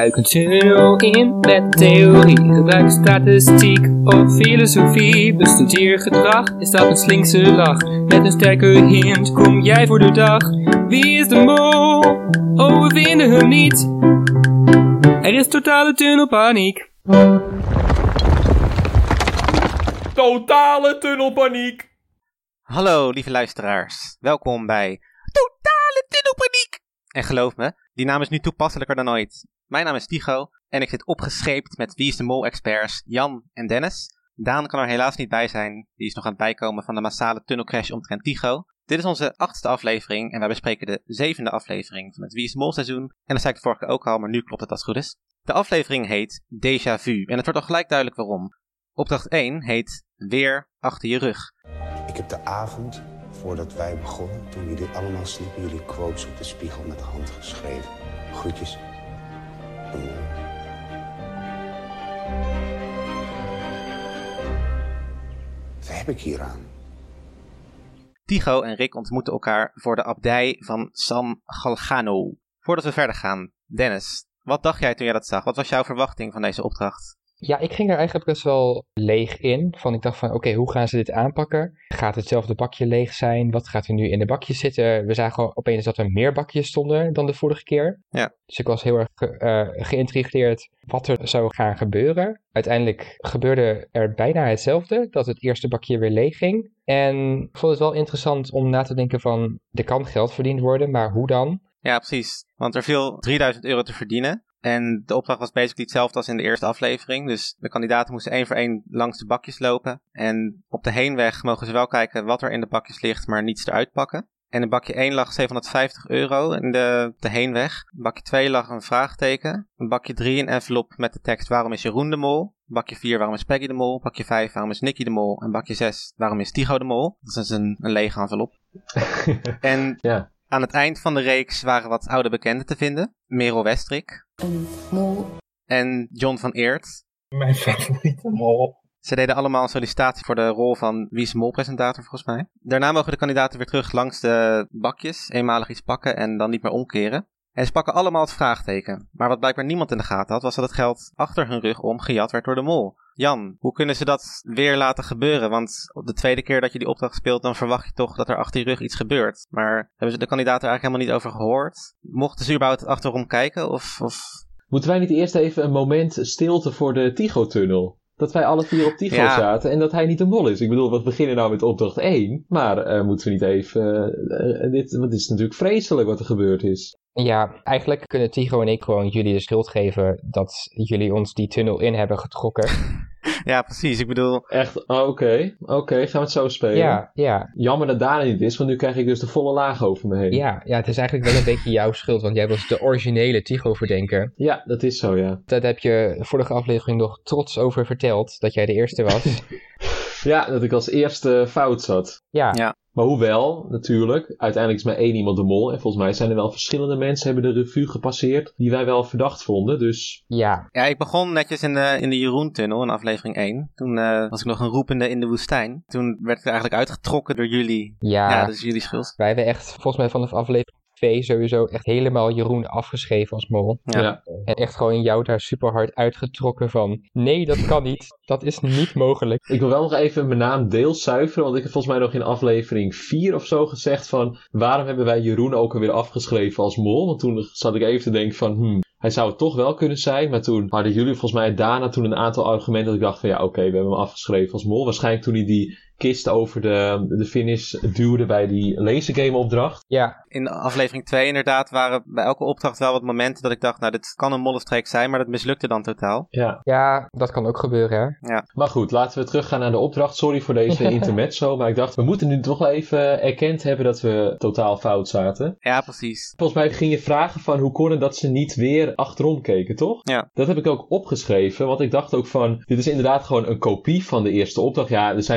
Duik een tunnel in met theorie. Gebruik statistiek of filosofie. Bestudeer gedrag, is dat een slinkse lach? Met een sterke hint kom jij voor de dag. Wie is de mol? Oh, we vinden hem niet. Er is totale tunnelpaniek. Totale tunnelpaniek! Hallo lieve luisteraars, welkom bij Totale Tunnelpaniek! En geloof me, die naam is nu toepasselijker dan ooit. Mijn naam is Tycho en ik zit opgescheept met Wie is de Mol-experts Jan en Dennis. Daan kan er helaas niet bij zijn, die is nog aan het bijkomen van de massale tunnelcrash omtrent Tycho. Dit is onze 8e aflevering en wij bespreken de 7e aflevering van het Wie is de Mol seizoen. En dat zei ik de vorige keer ook al, maar nu klopt het als het goed is. De aflevering heet Déjà Vu en het wordt al gelijk duidelijk waarom. Opdracht 1 heet Weer achter je rug. Ik heb de avond, voordat wij begonnen, toen jullie allemaal sliepen, jullie quotes op de spiegel met de hand geschreven. Groetjes. De Mol. Wat heb ik hier aan? Tycho en Rick ontmoeten elkaar voor de abdij van San Galgano. Voordat we verder gaan, Dennis, wat dacht jij toen jij dat zag? Wat was jouw verwachting van deze opdracht? Ja, ik ging er eigenlijk best wel leeg in. Ik dacht van, oké, hoe gaan ze dit aanpakken? Gaat hetzelfde bakje leeg zijn? Wat gaat er nu in de bakjes zitten? We zagen opeens dat er meer bakjes stonden dan de vorige keer. Ja. Dus ik was heel erg geïntrigeerd wat er zou gaan gebeuren. Uiteindelijk gebeurde er bijna hetzelfde, dat het eerste bakje weer leeg ging. En ik vond het wel interessant om na te denken van, er kan geld verdiend worden, maar hoe dan? Ja, precies. Want er viel €3000 te verdienen. En de opdracht was basically hetzelfde als in de eerste aflevering. Dus de kandidaten moesten 1 voor 1 langs de bakjes lopen. En op de heenweg mogen ze wel kijken wat er in de bakjes ligt, maar niets eruit pakken. En in bakje 1 lag €750 in de heenweg. In bakje 2 lag een vraagteken. In bakje 3 een envelop met de tekst waarom is Jeroen de Mol? Bakje 4 waarom is Peggy de Mol? Bakje 5 waarom is Nicky de Mol? En bakje 6 waarom is Tycho de Mol? Dat is een lege envelop. En Ja. aan het eind van de reeks waren wat oude bekenden te vinden. Merel Westrik. Een mol. En John van Eert. Mijn favoriete mol. Ze deden allemaal een sollicitatie voor de rol van Wie is de Mol-presentator volgens mij. Daarna mogen de kandidaten weer terug langs de bakjes, eenmalig iets pakken en dan niet meer omkeren. En ze pakken allemaal het vraagteken. Maar wat blijkbaar niemand in de gaten had, was dat het geld achter hun rug om gejat werd door de mol. Jan, hoe kunnen ze dat weer laten gebeuren? Want op de tweede keer dat je die opdracht speelt, dan verwacht je toch dat er achter je rug iets gebeurt. Maar hebben ze de kandidaten er eigenlijk helemaal niet over gehoord? Mochten ze überhaupt achterom kijken? Of... Moeten wij niet eerst even een moment stilte voor de Tycho-tunnel? Dat wij alle 4 op Tycho zaten en dat hij niet een mol is. Ik bedoel, we beginnen nou met opdracht 1. Maar moeten we niet even... Want dit is natuurlijk vreselijk wat er gebeurd is. Ja, eigenlijk kunnen Tycho en ik gewoon jullie de schuld geven dat jullie ons die tunnel in hebben getrokken. Ja, precies. Ik bedoel... Echt? Oké, gaan we het zo spelen? Ja. Jammer dat Daan niet is, want nu krijg ik dus de volle laag over me heen. Ja, het is eigenlijk wel een beetje jouw schuld, want jij was de originele Tycho-verdenker. Ja, dat is zo, ja. Dat heb je vorige aflevering nog trots over verteld, dat jij de eerste was. Ja, dat ik als eerste fout zat. Ja. Maar hoewel, natuurlijk, uiteindelijk is maar 1 iemand de mol. En volgens mij zijn er wel verschillende mensen hebben de revue gepasseerd die wij wel verdacht vonden, dus... Ja, ik begon netjes in de Jeroen-tunnel in aflevering 1. Toen was ik nog een roepende in de woestijn. Toen werd ik eigenlijk uitgetrokken door jullie. Ja, dat is jullie schuld. Wij hebben echt, volgens mij vanaf aflevering 2 sowieso echt helemaal Jeroen afgeschreven als mol. Ja. En echt gewoon jou daar super hard uitgetrokken van, nee, dat kan niet. Dat is niet mogelijk. Ik wil wel nog even mijn naam deels zuiveren, want ik heb volgens mij nog in aflevering 4 of zo gezegd van, waarom hebben wij Jeroen ook alweer afgeschreven als mol? Want toen zat ik even te denken van, hij zou het toch wel kunnen zijn, maar toen hadden jullie volgens mij daarna toen een aantal argumenten dat ik dacht van, ja, oké, we hebben hem afgeschreven als mol. Waarschijnlijk toen hij die kist over de finish duwde bij die lasergame opdracht. Ja. In aflevering 2 inderdaad waren bij elke opdracht wel wat momenten dat ik dacht, nou, dit kan een mollenstreek zijn, maar dat mislukte dan totaal. Ja, dat kan ook gebeuren, hè? Ja. Maar goed, laten we teruggaan naar de opdracht. Sorry voor deze intermezzo, maar ik dacht, we moeten nu toch wel even erkend hebben dat we totaal fout zaten. Ja, precies. Volgens mij ging je vragen van hoe kon het dat ze niet weer achterom keken, toch? Ja. Dat heb ik ook opgeschreven, want ik dacht ook van, dit is inderdaad gewoon een kopie van de eerste opdracht. Ja, er zijn wel wat dingen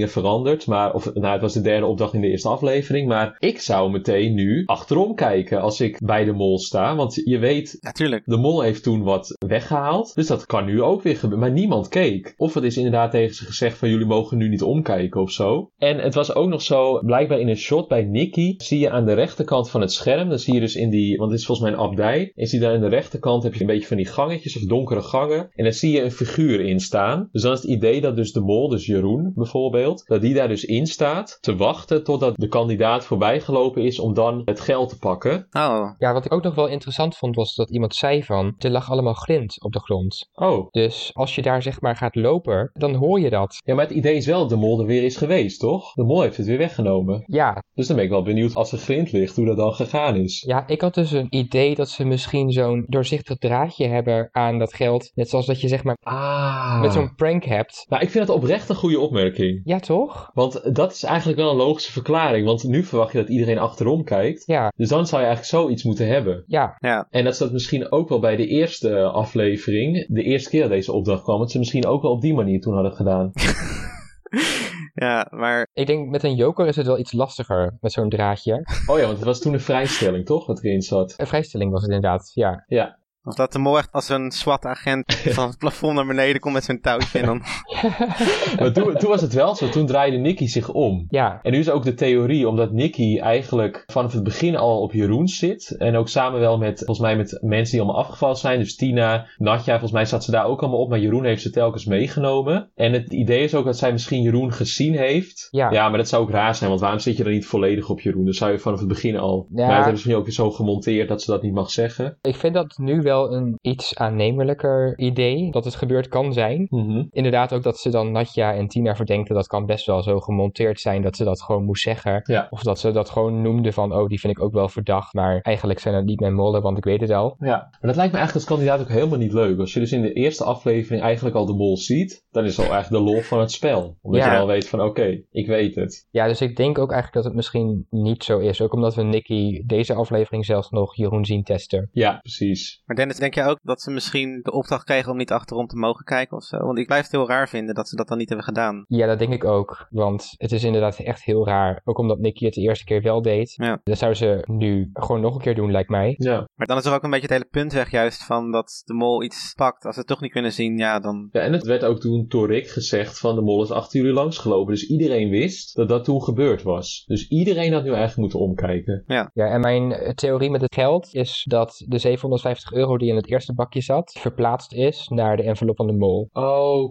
dingen veranderd. Het was de derde opdracht in de eerste aflevering. Maar ik zou meteen nu achterom kijken als ik bij de mol sta. Want je weet, Natuurlijk. de mol heeft toen wat weggehaald. Dus dat kan nu ook weer gebeuren. Maar niemand keek. Of het is inderdaad tegen ze gezegd van jullie mogen nu niet omkijken of zo. En het was ook nog zo, blijkbaar in een shot bij Nikki zie je aan de rechterkant van het scherm. Dan zie je dus want dit is volgens mij een abdij. En zie je daar aan de rechterkant heb je een beetje van die gangetjes of donkere gangen. En dan zie je een figuur in staan. Dus dan is het idee dat dus de mol, dus Jeroen bijvoorbeeld, dat die daar dus in staat te wachten totdat de kandidaat voorbij gelopen is om dan het geld te pakken. Oh. Ja, wat ik ook nog wel interessant vond was dat iemand zei van, er lag allemaal grind op de grond. Oh. Dus als je daar zeg maar gaat lopen, dan hoor je dat. Ja, maar het idee is wel dat de mol er weer is geweest, toch? De mol heeft het weer weggenomen. Ja. Dus dan ben ik wel benieuwd als er grind ligt, hoe dat dan gegaan is. Ja, ik had dus een idee dat ze misschien zo'n doorzichtig draadje hebben aan dat geld. Net zoals dat je zeg maar met zo'n prank hebt. Nou, ik vind het oprecht een goede opmerking. Ja, toch? Want dat is eigenlijk wel een logische verklaring. Want nu verwacht je dat iedereen achterom kijkt. Ja. Dus dan zou je eigenlijk zoiets moeten hebben. Ja. En dat ze dat misschien ook wel bij de eerste aflevering, de eerste keer dat deze opdracht kwam, dat ze misschien ook wel op die manier toen hadden gedaan. Ja, maar... Ik denk met een joker is het wel iets lastiger met zo'n draadje. Oh ja, want het was toen een vrijstelling, toch? Wat erin zat. Een vrijstelling was het inderdaad, ja. Ja. Of dat de mol echt als een SWAT-agent van het plafond naar beneden komt met zijn touwtje en dan... Maar toen was het wel zo, toen draaide Nikki zich om. Ja. En nu is ook de theorie, omdat Nikki eigenlijk vanaf het begin al op Jeroen zit. En ook samen wel met, volgens mij met mensen die allemaal afgevallen zijn. Dus Tina, Nadja, volgens mij zat ze daar ook allemaal op. Maar Jeroen heeft ze telkens meegenomen. En het idee is ook dat zij misschien Jeroen gezien heeft. Ja. Ja, maar dat zou ook raar zijn, want waarom zit je dan niet volledig op Jeroen? Dan zou je vanaf het begin al... Ja. Maar dat hebben ze nu ook weer zo gemonteerd dat ze dat niet mag zeggen. Ik vind dat nu wel een iets aannemelijker idee dat het gebeurd kan zijn. Mhm. Inderdaad ook dat ze dan Nadja en Tina verdenken, dat kan best wel zo gemonteerd zijn dat ze dat gewoon moest zeggen. Ja. Of dat ze dat gewoon noemde van, oh, die vind ik ook wel verdacht, maar eigenlijk zijn dat niet mijn mollen, want ik weet het al. Ja, maar dat lijkt me eigenlijk als kandidaat ook helemaal niet leuk. Als je dus in de eerste aflevering eigenlijk al de mol ziet, dan is dat eigenlijk de lol van het spel. Omdat je al weet van, oké, ik weet het. Ja, dus ik denk ook eigenlijk dat het misschien niet zo is. Ook omdat we Nikki deze aflevering zelfs nog Jeroen zien testen. Ja, precies. Maar Dennis, denk jij ook dat ze misschien de opdracht kregen om niet achterom te mogen kijken of zo? Want ik blijf het heel raar vinden dat ze dat dan niet hebben gedaan. Ja, dat denk ik ook. Want het is inderdaad echt heel raar. Ook omdat Nikki het de eerste keer wel deed. Ja. Dat zou ze nu gewoon nog een keer doen, lijkt mij. Ja. Maar dan is er ook een beetje het hele punt weg juist van dat de mol iets pakt. Als ze het toch niet kunnen zien, ja dan... Ja, en het werd ook toen door Rick gezegd van de mol is achter jullie langsgelopen. Dus iedereen wist dat dat toen gebeurd was. Dus iedereen had nu eigenlijk moeten omkijken. Ja. Ja, en mijn theorie met het geld is dat de €750 die in het eerste bakje zat, verplaatst is naar de envelop van de mol. Oh.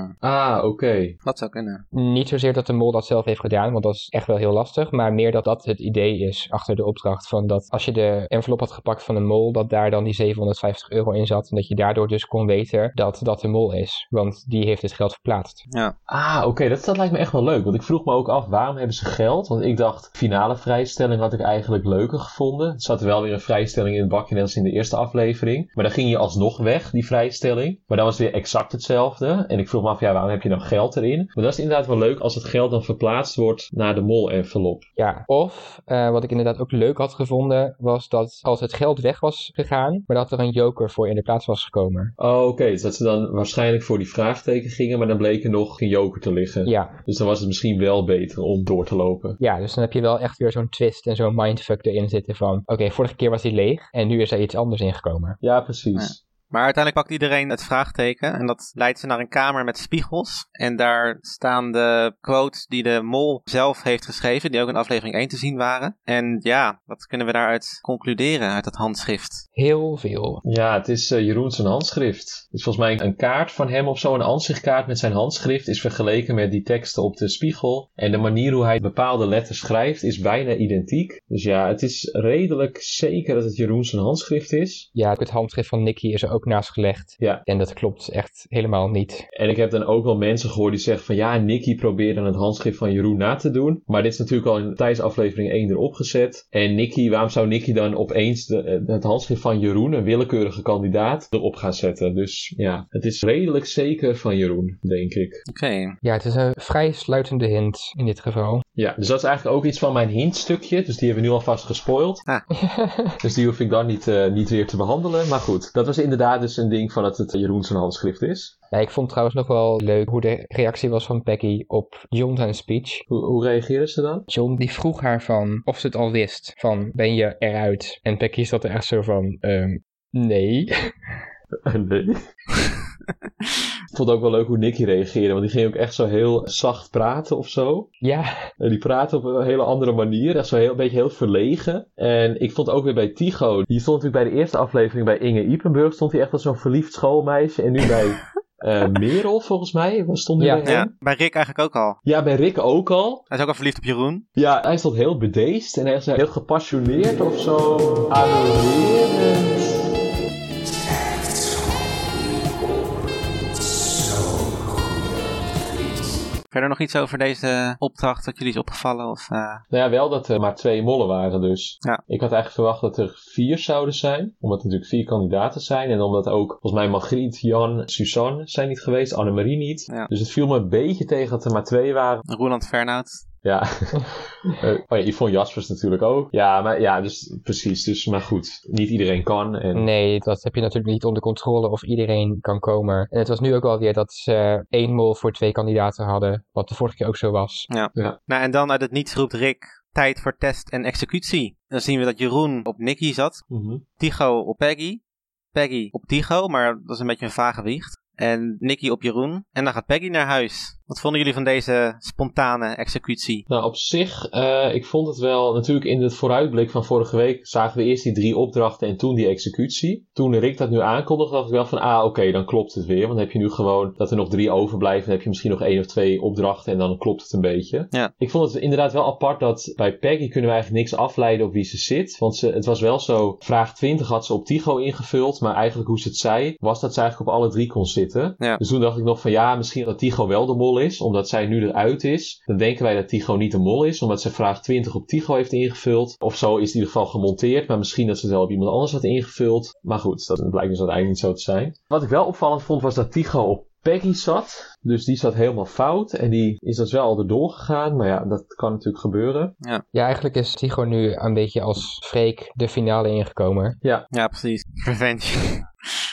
Oké. Dat zou kunnen. Niet zozeer dat de mol dat zelf heeft gedaan, want dat is echt wel heel lastig, maar meer dat dat het idee is achter de opdracht van dat als je de envelop had gepakt van de mol, dat daar dan die €750 in zat en dat je daardoor dus kon weten dat dat de mol is, want die heeft het geld verplaatst. Ja. Oké, dat lijkt me echt wel leuk. Want ik vroeg me ook af, waarom hebben ze geld? Want ik dacht, finale vrijstelling had ik eigenlijk leuker gevonden. Er zat wel weer een vrijstelling in het bakje, net als in de eerste aflevering. Maar dan ging je alsnog weg, die vrijstelling. Maar dan was het weer exact hetzelfde. En ik vroeg me af, ja, waarom heb je dan geld erin? Maar dat is inderdaad wel leuk als het geld dan verplaatst wordt naar de mol-envelop. Ja, of wat ik inderdaad ook leuk had gevonden, was dat als het geld weg was gegaan, maar dat er een joker voor in de plaats was gekomen. Oké, dus dat ze dan waarschijnlijk voor die vraagteken gingen, maar dan bleek er nog geen joker te liggen. Ja. Dus dan was het misschien wel beter om door te lopen. Ja, dus dan heb je wel echt weer zo'n twist en zo'n mindfuck erin zitten van, oké, vorige keer was hij leeg en nu is er iets anders ingekomen. Ja, precies. Ja. Maar uiteindelijk pakt iedereen het vraagteken en dat leidt ze naar een kamer met spiegels. En daar staan de quotes die de mol zelf heeft geschreven, die ook in aflevering 1 te zien waren. En ja, wat kunnen we daaruit concluderen uit dat handschrift? Heel veel. Ja, het is Jeroen zijn handschrift. Het is volgens mij een kaart van hem of zo, een ansichtkaart met zijn handschrift is vergeleken met die teksten op de spiegel. En de manier hoe hij bepaalde letters schrijft is bijna identiek. Dus ja, het is redelijk zeker dat het Jeroen zijn handschrift is. Ja, het handschrift van Nikki is er ook naast gelegd. Ja. En dat klopt echt helemaal niet. En ik heb dan ook wel mensen gehoord die zeggen van ja, Nikki probeerde het handschrift van Jeroen na te doen. Maar dit is natuurlijk al tijdens aflevering 1 erop gezet. En Nikki, waarom zou Nikki dan opeens het handschrift van Jeroen, een willekeurige kandidaat, erop gaan zetten? Dus ja, het is redelijk zeker van Jeroen, denk ik. Oké. Ja, het is een vrij sluitende hint in dit geval. Ja, dus dat is eigenlijk ook iets van mijn hintstukje. Dus die hebben we nu alvast gespoild. Dus die hoef ik dan niet weer te behandelen. Maar goed, dat was inderdaad daar dus een ding van dat het Jeroen zijn handschrift is. Ja, ik vond trouwens nog wel leuk hoe de reactie was van Peggy op John zijn speech. Hoe reageerde ze dan? John die vroeg haar van of ze het al wist. Van, ben je eruit? En Peggy zat er echt zo van, nee. Nee. Ik vond het ook wel leuk hoe Nicky reageerde, want die ging ook echt zo heel zacht praten of zo. Ja. En die praatte op een hele andere manier, echt zo een beetje heel verlegen. En ik vond ook weer bij Tycho, die stond natuurlijk bij de eerste aflevering bij Inge Ipenburg, stond hij echt als zo'n verliefd schoolmeisje. En nu bij Merel, volgens mij, stond hij bij hem. Ja, bij Rick eigenlijk ook al. Ja, bij Rick ook al. Hij is ook al verliefd op Jeroen. Ja, hij stond heel bedeesd en hij is heel gepassioneerd of zo. Adorerend. Verder nog iets over deze opdracht wat jullie is opgevallen? Of, Nou ja, wel dat er maar 2 mollen waren dus. Ja. Ik had eigenlijk verwacht dat er 4 zouden zijn. Omdat er natuurlijk 4 kandidaten zijn. En omdat ook, volgens mij Margriet, Jan, Suzanne zijn niet geweest. Annemarie niet. Ja. Dus het viel me een beetje tegen dat er maar 2 waren. Roeland Fernhout. Ja. Yvonne Jaspers natuurlijk ook. Ja, maar ja, dus precies. Dus, maar goed, niet iedereen kan. En... Nee, dat heb je natuurlijk niet onder controle of iedereen kan komen. En het was nu ook alweer dat ze 1 mol voor 2 kandidaten hadden. Wat de vorige keer ook zo was. Ja. Ja. Nou, en dan uit het niets roept Rick tijd voor test en executie. Dan zien we dat Jeroen op Nicky zat. Tycho op Peggy. Peggy op Tycho, maar dat is een beetje een vage wicht. En Nicky op Jeroen. En dan gaat Peggy naar huis. Wat vonden jullie van deze spontane executie? Nou, op zich, ik vond het wel... Natuurlijk in het vooruitblik van vorige week zagen we eerst die 3 opdrachten en toen die executie. Toen Rick dat nu aankondigde, dacht ik wel van... oké, dan klopt het weer. Want dan heb je nu gewoon dat er nog 3 overblijven. Dan heb je misschien nog 1 of 2 opdrachten en dan klopt het een beetje. Ja. Ik vond het inderdaad wel apart dat bij Peggy kunnen we eigenlijk niks afleiden op wie ze zit. Want het was wel zo... Vraag 20 had ze op Tycho ingevuld. Maar eigenlijk hoe ze het zei, was dat ze eigenlijk op alle 3 kon zitten. Ja. Dus toen dacht ik nog van ja, misschien dat Tycho wel de mol is, omdat zij nu eruit is. Dan denken wij dat Tycho niet de mol is, omdat ze vraag 20 op Tycho heeft ingevuld. Of zo is het in ieder geval gemonteerd, maar misschien dat ze het wel op iemand anders had ingevuld. Maar goed, dat blijkt dus uiteindelijk niet zo te zijn. Wat ik wel opvallend vond, was dat Tycho op Peggy zat. Dus die zat helemaal fout en die is dus wel al erdoor gegaan. Maar ja, dat kan natuurlijk gebeuren. Ja, eigenlijk is Tycho nu een beetje als Freek de finale ingekomen. Ja, precies. Revenge.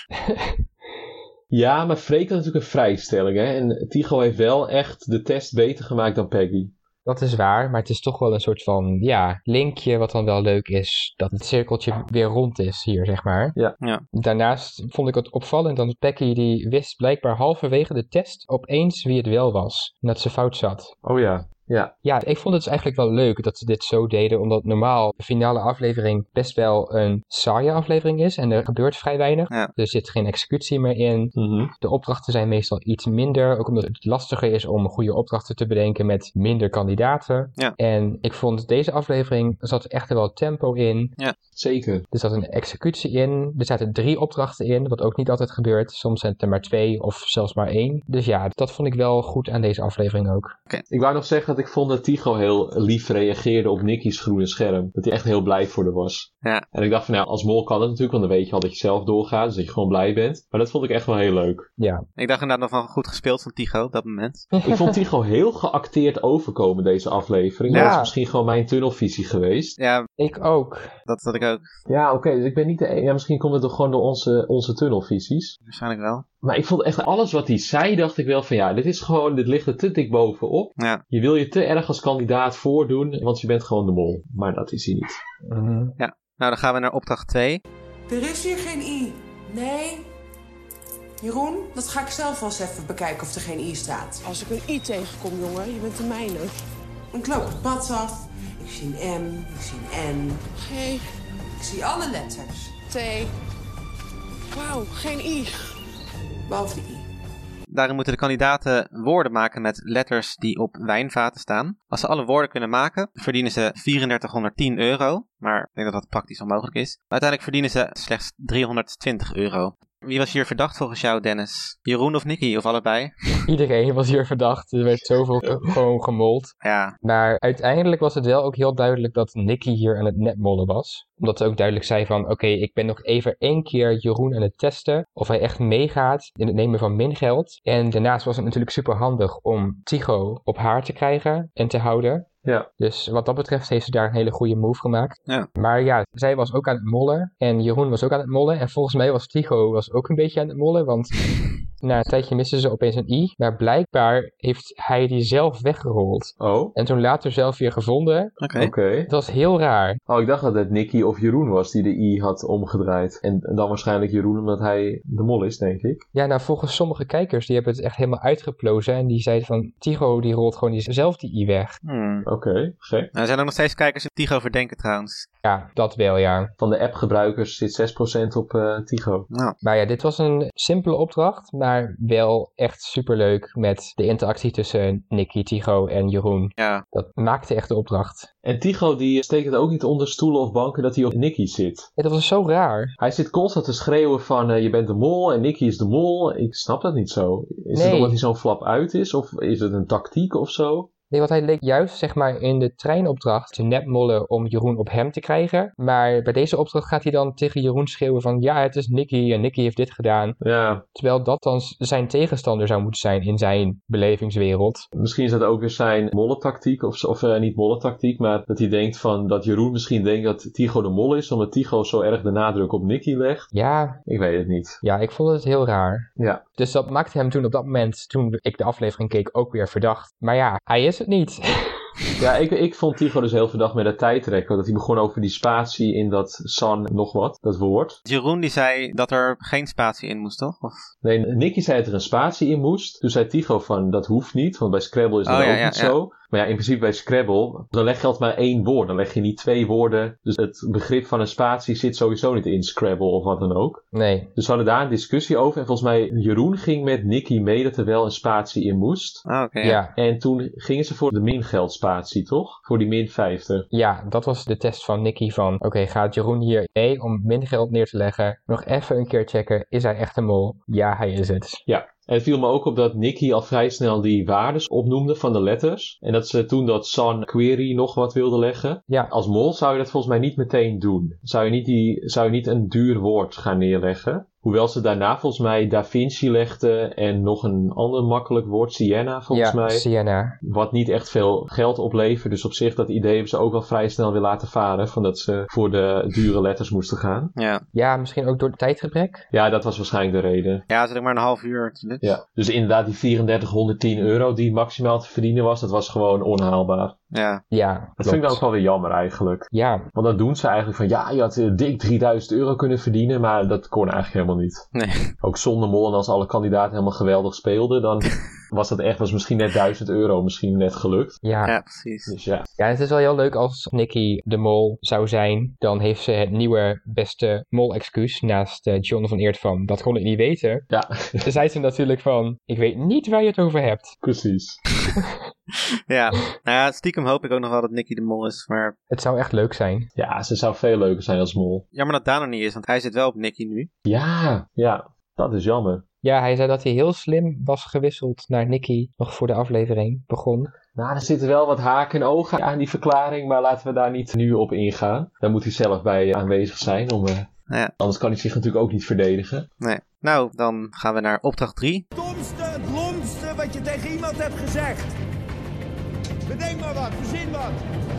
Ja, maar Freek had natuurlijk een vrijstelling, hè. En Tycho heeft wel echt de test beter gemaakt dan Peggy. Dat is waar, maar het is toch wel een soort van, linkje wat dan wel leuk is. Dat het cirkeltje weer rond is hier, zeg maar. Ja. Daarnaast vond ik het opvallend dat Peggy die wist blijkbaar halverwege de test opeens wie het wel was. En dat ze fout zat. Oh ja. Ja. Ja, ik vond het dus eigenlijk wel leuk dat ze dit zo deden, omdat normaal de finale aflevering best wel een saaie aflevering is en er gebeurt vrij weinig. Ja. Er zit geen executie meer in. De opdrachten zijn meestal iets minder, ook omdat het lastiger is om goede opdrachten te bedenken met minder kandidaten. Ja. En ik vond deze aflevering, er zat echt wel tempo in. Ja. Zeker. Er zat een executie in, er zaten 3 opdrachten in, wat ook niet altijd gebeurt. Soms zijn het er maar 2 of zelfs maar 1. Dus ja, dat vond ik wel goed aan deze aflevering ook. Ik wou nog zeggen dat ik vond dat Tycho heel lief reageerde op Nicky's groene scherm. Dat hij echt heel blij voor haar was. Ja. En ik dacht van als mol kan het natuurlijk, want dan weet je al dat je zelf doorgaat. Dus dat je gewoon blij bent. Maar dat vond ik echt wel heel leuk. Ja. Ik dacht inderdaad nog van goed gespeeld van Tycho op dat moment. Ik vond Tycho heel geacteerd overkomen deze aflevering. Ja. Dat is misschien gewoon mijn tunnelvisie geweest. Ja, Ik ook. dat had ik ook. Ja, oké. Dus ik ben niet de enige. Ja, misschien komt het toch gewoon door onze tunnelvisies. Waarschijnlijk wel. Maar ik vond echt alles wat hij zei, dacht ik wel van dit ligt er te dik bovenop. Ja. Je wil je te erg als kandidaat voordoen, want je bent gewoon de mol. Maar dat is hij niet. Ja. Nou, dan gaan we naar opdracht 2. Er is hier geen i. Nee. Jeroen, dat ga ik zelf wel eens even bekijken of er geen i staat. Als ik een i tegenkom, jongen, je bent de mijne. Ik loop het pad af. Ik zie een M, ik zie een N. G, Ik zie alle letters. T. Wauw, geen i. Behalve de i. Daarin moeten de kandidaten woorden maken met letters die op wijnvaten staan. Als ze alle woorden kunnen maken, verdienen ze 3410 euro. Maar ik denk dat dat praktisch onmogelijk is. Uiteindelijk verdienen ze slechts 320 euro. Wie was hier verdacht volgens jou, Dennis? Jeroen of Nicky, of allebei? Iedereen was hier verdacht. Er werd zoveel gewoon gemold. Ja. Maar uiteindelijk was het wel ook heel duidelijk dat Nicky hier aan het netmollen was. Omdat ze ook duidelijk zei van, oké, ik ben nog even 1 keer Jeroen aan het testen of hij echt meegaat in het nemen van mingeld. En daarnaast was het natuurlijk super handig om Tycho op haar te krijgen en te houden. Ja. Dus wat dat betreft heeft ze daar een hele goede move gemaakt. Ja. Maar ja, zij was ook aan het mollen. En Jeroen was ook aan het mollen. En volgens mij was Tycho ook een beetje aan het mollen. Want na een tijdje misten ze opeens een i. Maar blijkbaar heeft hij die zelf weggerold. Oh, En toen later zelf weer gevonden. Oké. oké. Het was heel raar. Oh, ik dacht dat het Nicky of Jeroen was die de i had omgedraaid. En dan waarschijnlijk Jeroen omdat hij de mol is, denk ik. Ja, nou volgens sommige kijkers, die hebben het echt helemaal uitgeplozen. En die zeiden van, Tycho die rolt gewoon zelf die i weg. Oké, gek. Nou, er zijn ook nog steeds kijkers die Tycho verdenken trouwens. Ja, dat wel ja. Van de app-gebruikers zit 6% op Tycho. Nou, Maar ja, dit was een simpele opdracht, maar wel echt superleuk met de interactie tussen Nicky, Tycho en Jeroen. ja. Dat maakte echt de opdracht. En Tycho die steekt het ook niet onder stoelen of banken dat hij op Nicky zit. Ja, dat was zo raar. Hij zit constant te schreeuwen van je bent de mol en Nicky is de mol. Ik snap dat niet zo. Is het Nee. omdat hij zo'n flap uit is of is het een tactiek of zo? Nee, want hij leek juist zeg maar in de treinopdracht te nepmollen om Jeroen op hem te krijgen. Maar bij deze opdracht gaat hij dan tegen Jeroen schreeuwen van ja, het is Nicky en Nicky heeft dit gedaan. Ja, Terwijl dat dan zijn tegenstander zou moeten zijn in zijn belevingswereld. misschien is dat ook weer zijn mollentactiek of niet mollentactiek, maar dat hij denkt van dat Jeroen misschien denkt dat Tycho de mol is, omdat Tycho zo erg de nadruk op Nicky legt. Ja, Ik weet het niet. ja, ik vond het heel raar. Ja. Dus dat maakte hem toen op dat moment, toen ik de aflevering keek, ook weer verdacht. Maar ja, hij is het niet. Ja, ik vond Tycho dus heel verdacht met dat tijdrekken. Dat hij begon over die spatie in dat san nog wat, dat woord. Jeroen die zei dat er geen spatie in moest, toch? Of... Nee, Nicky zei dat er een spatie in moest. Toen zei Tycho van, dat hoeft niet, want bij Scrabble is dat ook niet zo. Maar ja, in principe bij Scrabble, dan leg je altijd maar 1 woord. Dan leg je niet 2 woorden. Dus het begrip van een spatie zit sowieso niet in Scrabble of wat dan ook. Nee. Dus we hadden daar een discussie over. En volgens mij, Jeroen ging met Nicky mee dat er wel een spatie in moest. Ah, oké. Ja. En toen gingen ze voor de mingeldspatie, toch? Voor die min 50. Ja, dat was de test van Nicky van, oké, gaat Jeroen hier mee om min geld neer te leggen? Nog even een keer checken, is hij echt een mol? Ja, hij is het. Ja. En het viel me ook op dat Nicky al vrij snel die waardes opnoemde van de letters. En dat ze toen dat San Query nog wat wilde leggen. Ja. Als mol zou je dat volgens mij niet meteen doen. Zou je niet een duur woord gaan neerleggen. Hoewel ze daarna volgens mij Da Vinci legde en nog een ander makkelijk woord, Siena volgens mij. Siena. Wat niet echt veel geld oplevert. Dus op zich dat idee hebben ze ook wel vrij snel weer laten varen. Van dat ze voor de dure letters moesten gaan. Ja. Ja, misschien ook door tijdgebrek. Ja, dat was waarschijnlijk de reden. Ja, het is ook maar een half uur. Ja. Dus inderdaad die 3410 euro die maximaal te verdienen was, dat was gewoon onhaalbaar. Ja. Ja, Dat vind ik dan ook wel weer jammer eigenlijk. Ja, Want dan doen ze eigenlijk van ja, je had dik 3000 euro kunnen verdienen, maar dat kon eigenlijk helemaal niet. Nee. Ook zonder mol en als alle kandidaten helemaal geweldig speelden, dan was misschien net 1000 euro misschien net gelukt. ja. Ja, precies. Dus ja. Ja, het is wel heel leuk als Nicky de mol zou zijn. Dan heeft ze het nieuwe beste mol-excuus naast John van Eert van, dat kon ik niet weten. Ja, Dan zei ze natuurlijk van, ik weet niet waar je het over hebt. precies. Ja. Nou ja, stiekem hoop ik ook nog wel dat Nicky de mol is. Maar Het zou echt leuk zijn. Ja, ze zou veel leuker zijn als mol. jammer dat Daan er niet is, want hij zit wel op Nicky nu. Ja, dat is jammer. Ja, hij zei dat hij heel slim was gewisseld naar Nicky nog voor de aflevering begon. Nou, er zitten wel wat haken en ogen aan die verklaring, maar laten we daar niet nu op ingaan. Daar moet hij zelf bij aanwezig zijn, Ja. anders kan hij zich natuurlijk ook niet verdedigen. Nee. Nou, dan gaan we naar opdracht 3. Domste, het lomste wat je tegen iemand hebt gezegd. Bedenk maar wat, verzin wat.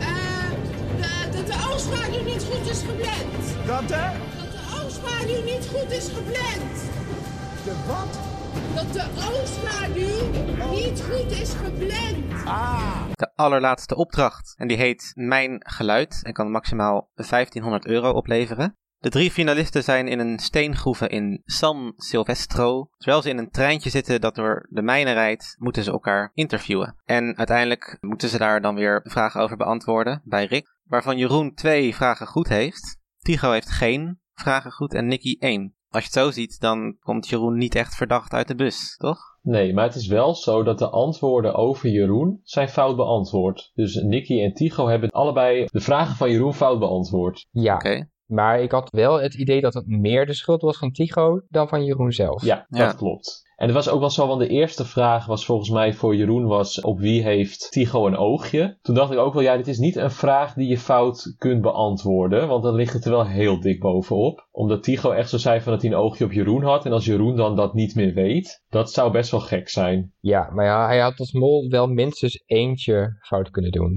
Dat de oogschaduw niet goed is gepland. Dat hè? Dat de oogschaduw niet goed is gepland. De wat? Dat de oogschaduw niet goed is gepland. Ah. De allerlaatste opdracht. En die heet Mijn Geluid en kan maximaal 1500 euro opleveren. De 3 finalisten zijn in een steengroeve in San Silvestro. Terwijl ze in een treintje zitten dat door de mijnen rijdt, moeten ze elkaar interviewen. En uiteindelijk moeten ze daar dan weer vragen over beantwoorden bij Rick. Waarvan Jeroen 2 vragen goed heeft. Tycho heeft geen vragen goed en Nicky 1. Als je het zo ziet, dan komt Jeroen niet echt verdacht uit de bus, toch? Nee, maar het is wel zo dat de antwoorden over Jeroen zijn fout beantwoord. Dus Nicky en Tycho hebben allebei de vragen van Jeroen fout beantwoord. Ja, Oké. maar ik had wel het idee dat het meer de schuld was van Tycho dan van Jeroen zelf. Ja, Ja. dat klopt. En het was ook wel zo, want de eerste vraag was volgens mij voor Jeroen was op wie heeft Tycho een oogje? Toen dacht ik ook wel, ja, dit is niet een vraag die je fout kunt beantwoorden, want dan ligt het er wel heel dik bovenop. Omdat Tycho echt zo zei van dat hij een oogje op Jeroen had en als Jeroen dan dat niet meer weet, dat zou best wel gek zijn. Ja, maar ja, hij had als mol wel minstens eentje fout kunnen doen.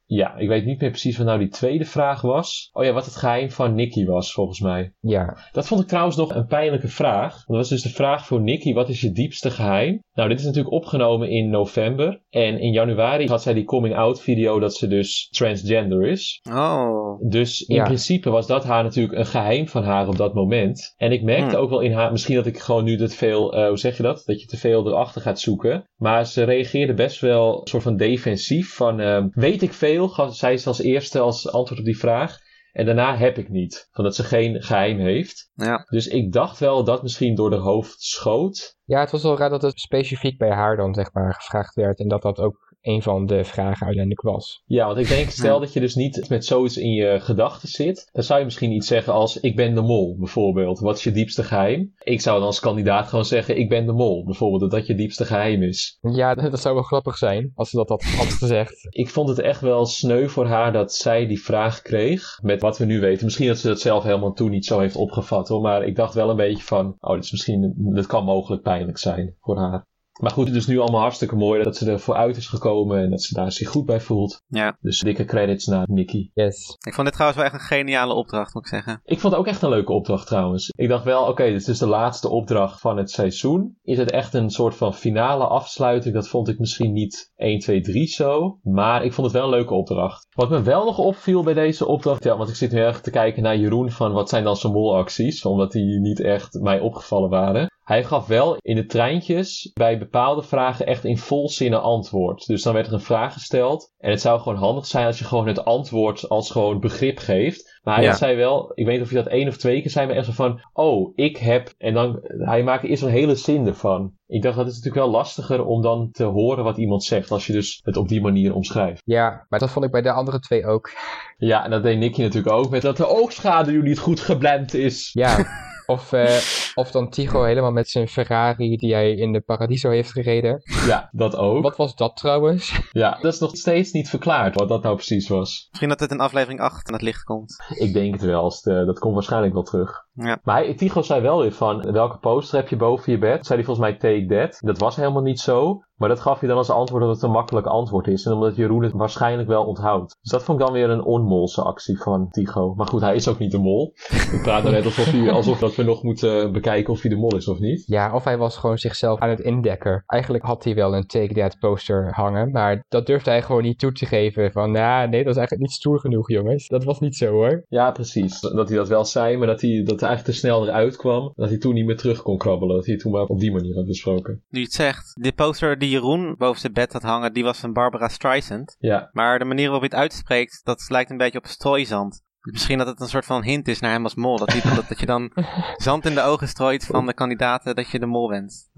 Ja, ik weet niet meer precies wat nou die tweede vraag was. Oh ja, wat het geheim van Nicky was, volgens mij. Ja. Dat vond ik trouwens nog een pijnlijke vraag. Dat was dus de vraag voor Nicky, wat is je diepste geheim? Nou, dit is natuurlijk opgenomen in november. En in januari had zij die coming-out video dat ze dus transgender is. Oh. Dus in principe was dat haar natuurlijk een geheim van haar op dat moment. En ik merkte ook wel in haar, misschien dat ik gewoon nu dat veel, hoe zeg je dat? Dat je te veel erachter gaat zoeken. Maar ze reageerde best wel een soort van defensief van, weet ik veel, zei ze als eerste als antwoord op die vraag. En daarna heb ik niet. Van dat ze geen geheim heeft. Ja. Dus ik dacht wel dat misschien door de hoofd schoot. Ja, het was wel raar dat het specifiek bij haar dan zeg maar gevraagd werd. En dat dat ook een van de vragen uiteindelijk was. Ja, want ik denk, stel dat je dus niet met zoiets in je gedachten zit. Dan zou je misschien iets zeggen als, ik ben de mol, bijvoorbeeld. Wat is je diepste geheim? Ik zou dan als kandidaat gewoon zeggen, ik ben de mol, bijvoorbeeld. Dat je diepste geheim is. Ja, dat zou wel grappig zijn, als ze dat had gezegd. Ik vond het echt wel sneu voor haar dat zij die vraag kreeg. Met wat we nu weten. Misschien dat ze dat zelf helemaal toen niet zo heeft opgevat, hoor. Maar ik dacht wel een beetje van, dit kan mogelijk pijnlijk zijn voor haar. Maar goed, het is nu allemaal hartstikke mooi dat ze er vooruit is gekomen en dat ze daar zich goed bij voelt. Ja. Dus dikke credits naar Nicky. Yes. Ik vond dit trouwens wel echt een geniale opdracht, moet ik zeggen. Ik vond het ook echt een leuke opdracht trouwens. Ik dacht wel, oké, dit is dus de laatste opdracht van het seizoen. Is het echt een soort van finale afsluiting? Dat vond ik misschien niet 1, 2, 3 zo. Maar ik vond het wel een leuke opdracht. Wat me wel nog opviel bij deze opdracht, ja, want ik zit nu erg te kijken naar Jeroen van wat zijn dan zijn molacties, omdat die niet echt mij opgevallen waren. Hij gaf wel in de treintjes bij bepaalde vragen echt in volzinnen antwoord. Dus dan werd er een vraag gesteld. En het zou gewoon handig zijn als je gewoon het antwoord als gewoon begrip geeft. Maar hij zei wel, ik weet niet of je dat 1 of 2 keer zei, maar echt zo van, oh, ik heb. En dan, hij maakte eerst een hele zin ervan. Ik dacht, dat is natuurlijk wel lastiger om dan te horen wat iemand zegt, als je dus het op die manier omschrijft. Ja, maar dat vond ik bij de andere 2 ook. Ja, en dat deed Nicky natuurlijk ook, met dat de oogschaduw niet goed geblend is. Ja. Of dan Tycho helemaal met zijn Ferrari die hij in de Paradiso heeft gereden. Ja, dat ook. Wat was dat trouwens? Ja, dat is nog steeds niet verklaard wat dat nou precies was. Misschien dat het in aflevering 8 aan het licht komt. Ik denk het wel. Dat komt waarschijnlijk wel terug. Ja. Maar Tycho zei wel weer van, welke poster heb je boven je bed? Zei hij volgens mij Take That. Dat was helemaal niet zo. Maar dat gaf je dan als antwoord dat het een makkelijk antwoord is. En omdat Jeroen het waarschijnlijk wel onthoudt. Dus dat vond ik dan weer een onmolse actie van Tycho. Maar goed, hij is ook niet de mol. We praten net alsof dat we nog moeten bekijken of hij de mol is of niet. Ja, of hij was gewoon zichzelf aan het indekken. Eigenlijk had hij wel een Take That poster hangen. Maar dat durfde hij gewoon niet toe te geven. Van, nee, dat is eigenlijk niet stoer genoeg, jongens. Dat was niet zo, hoor. Ja, precies. Dat hij dat wel zei, maar dat hij eigenlijk te snel eruit kwam. Dat hij toen niet meer terug kon krabbelen. Dat hij het toen maar op die manier had besproken. Nu je het zegt, die poster die Jeroen boven zijn bed had hangen, die was van Barbara Streisand. Ja. Maar de manier waarop hij het uitspreekt, dat lijkt een beetje op strooizand. Misschien dat het een soort van hint is naar hem als mol. Dat je dan zand in de ogen strooit van de kandidaten dat je de mol bent.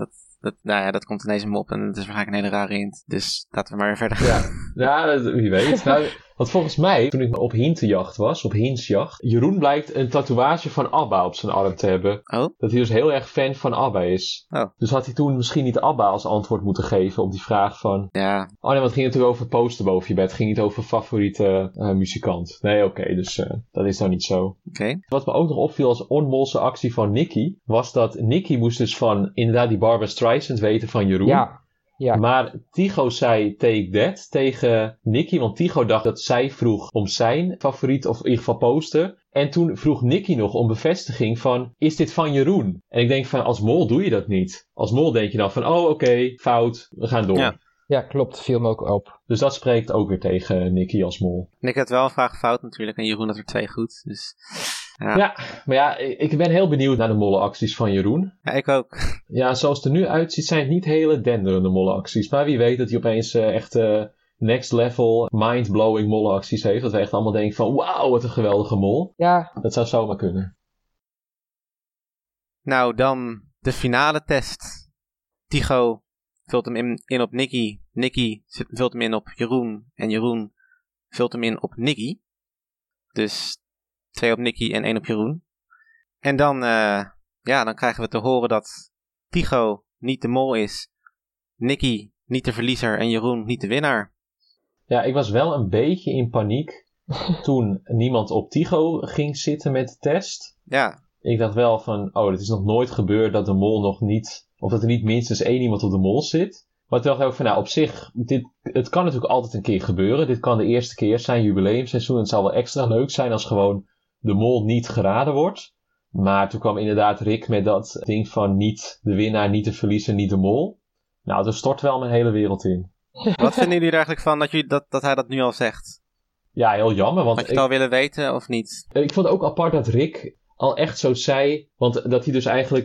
Dat komt ineens hem op en het is waarschijnlijk een hele rare hint. Dus laten we maar weer verder. Ja, wie weet. Nou, want volgens mij, toen ik op hintenjacht was, op hinsjacht, Jeroen blijkt een tatoeage van ABBA op zijn arm te hebben. Oh? Dat hij dus heel erg fan van ABBA is. Oh. Dus had hij toen misschien niet ABBA als antwoord moeten geven op die vraag van... Ja. Oh nee, want het ging natuurlijk over poster boven je bed. Het ging niet over favoriete muzikant. Nee, oké, dus dat is nou niet zo. Oké. Wat me ook nog opviel als onmolse actie van Nicky, was dat Nicky moest dus van inderdaad die Barbara Streisand weten van Jeroen. Ja. Maar Tycho zei Take That tegen Nicky, want Tycho dacht dat zij vroeg om zijn favoriet, of in ieder geval poster. En toen vroeg Nicky nog om bevestiging van, is dit van Jeroen? En ik denk van, als mol doe je dat niet. Als mol denk je dan van, oh oké, fout, we gaan door. Ja, klopt, viel me ook op. Dus dat spreekt ook weer tegen Nicky als mol. Nick had wel een vraag fout natuurlijk en Jeroen had er 2 goed, dus... Ja, maar ja, ik ben heel benieuwd naar de mollenacties van Jeroen. Ja, ik ook. Ja, zoals het er nu uitziet zijn het niet hele denderende mollenacties. Maar wie weet dat hij opeens echt next level mind-blowing mollenacties heeft. Dat we echt allemaal denken van wauw, wat een geweldige mol. Ja. Dat zou zomaar kunnen. Nou, dan de finale test. Tycho vult hem in op Nicky. Nicky vult hem in op Jeroen. En Jeroen vult hem in op Nicky. Dus 2 op Nicky en 1 op Jeroen. En dan, dan krijgen we te horen dat Tycho niet de mol is. Nicky niet de verliezer en Jeroen niet de winnaar. Ja, ik was wel een beetje in paniek toen niemand op Tycho ging zitten met de test. Ja. Ik dacht wel van, het is nog nooit gebeurd dat de mol nog niet... Of dat er niet minstens 1 iemand op de mol zit. Maar toen dacht ik ook van, op zich, het kan natuurlijk altijd een keer gebeuren. Dit kan de eerste keer zijn, jubileumseizoen. Het zal wel extra leuk zijn als gewoon de mol niet geraden wordt. Maar toen kwam inderdaad Rick met dat ding van niet de winnaar, niet de verliezer, niet de mol. Nou, er stort wel mijn hele wereld in. Wat vinden jullie er eigenlijk van dat hij dat nu al zegt? Ja, heel jammer. Want had je het al willen weten of niet? Ik vond het ook apart dat Rick al echt zo zei, want dat hij dus eigenlijk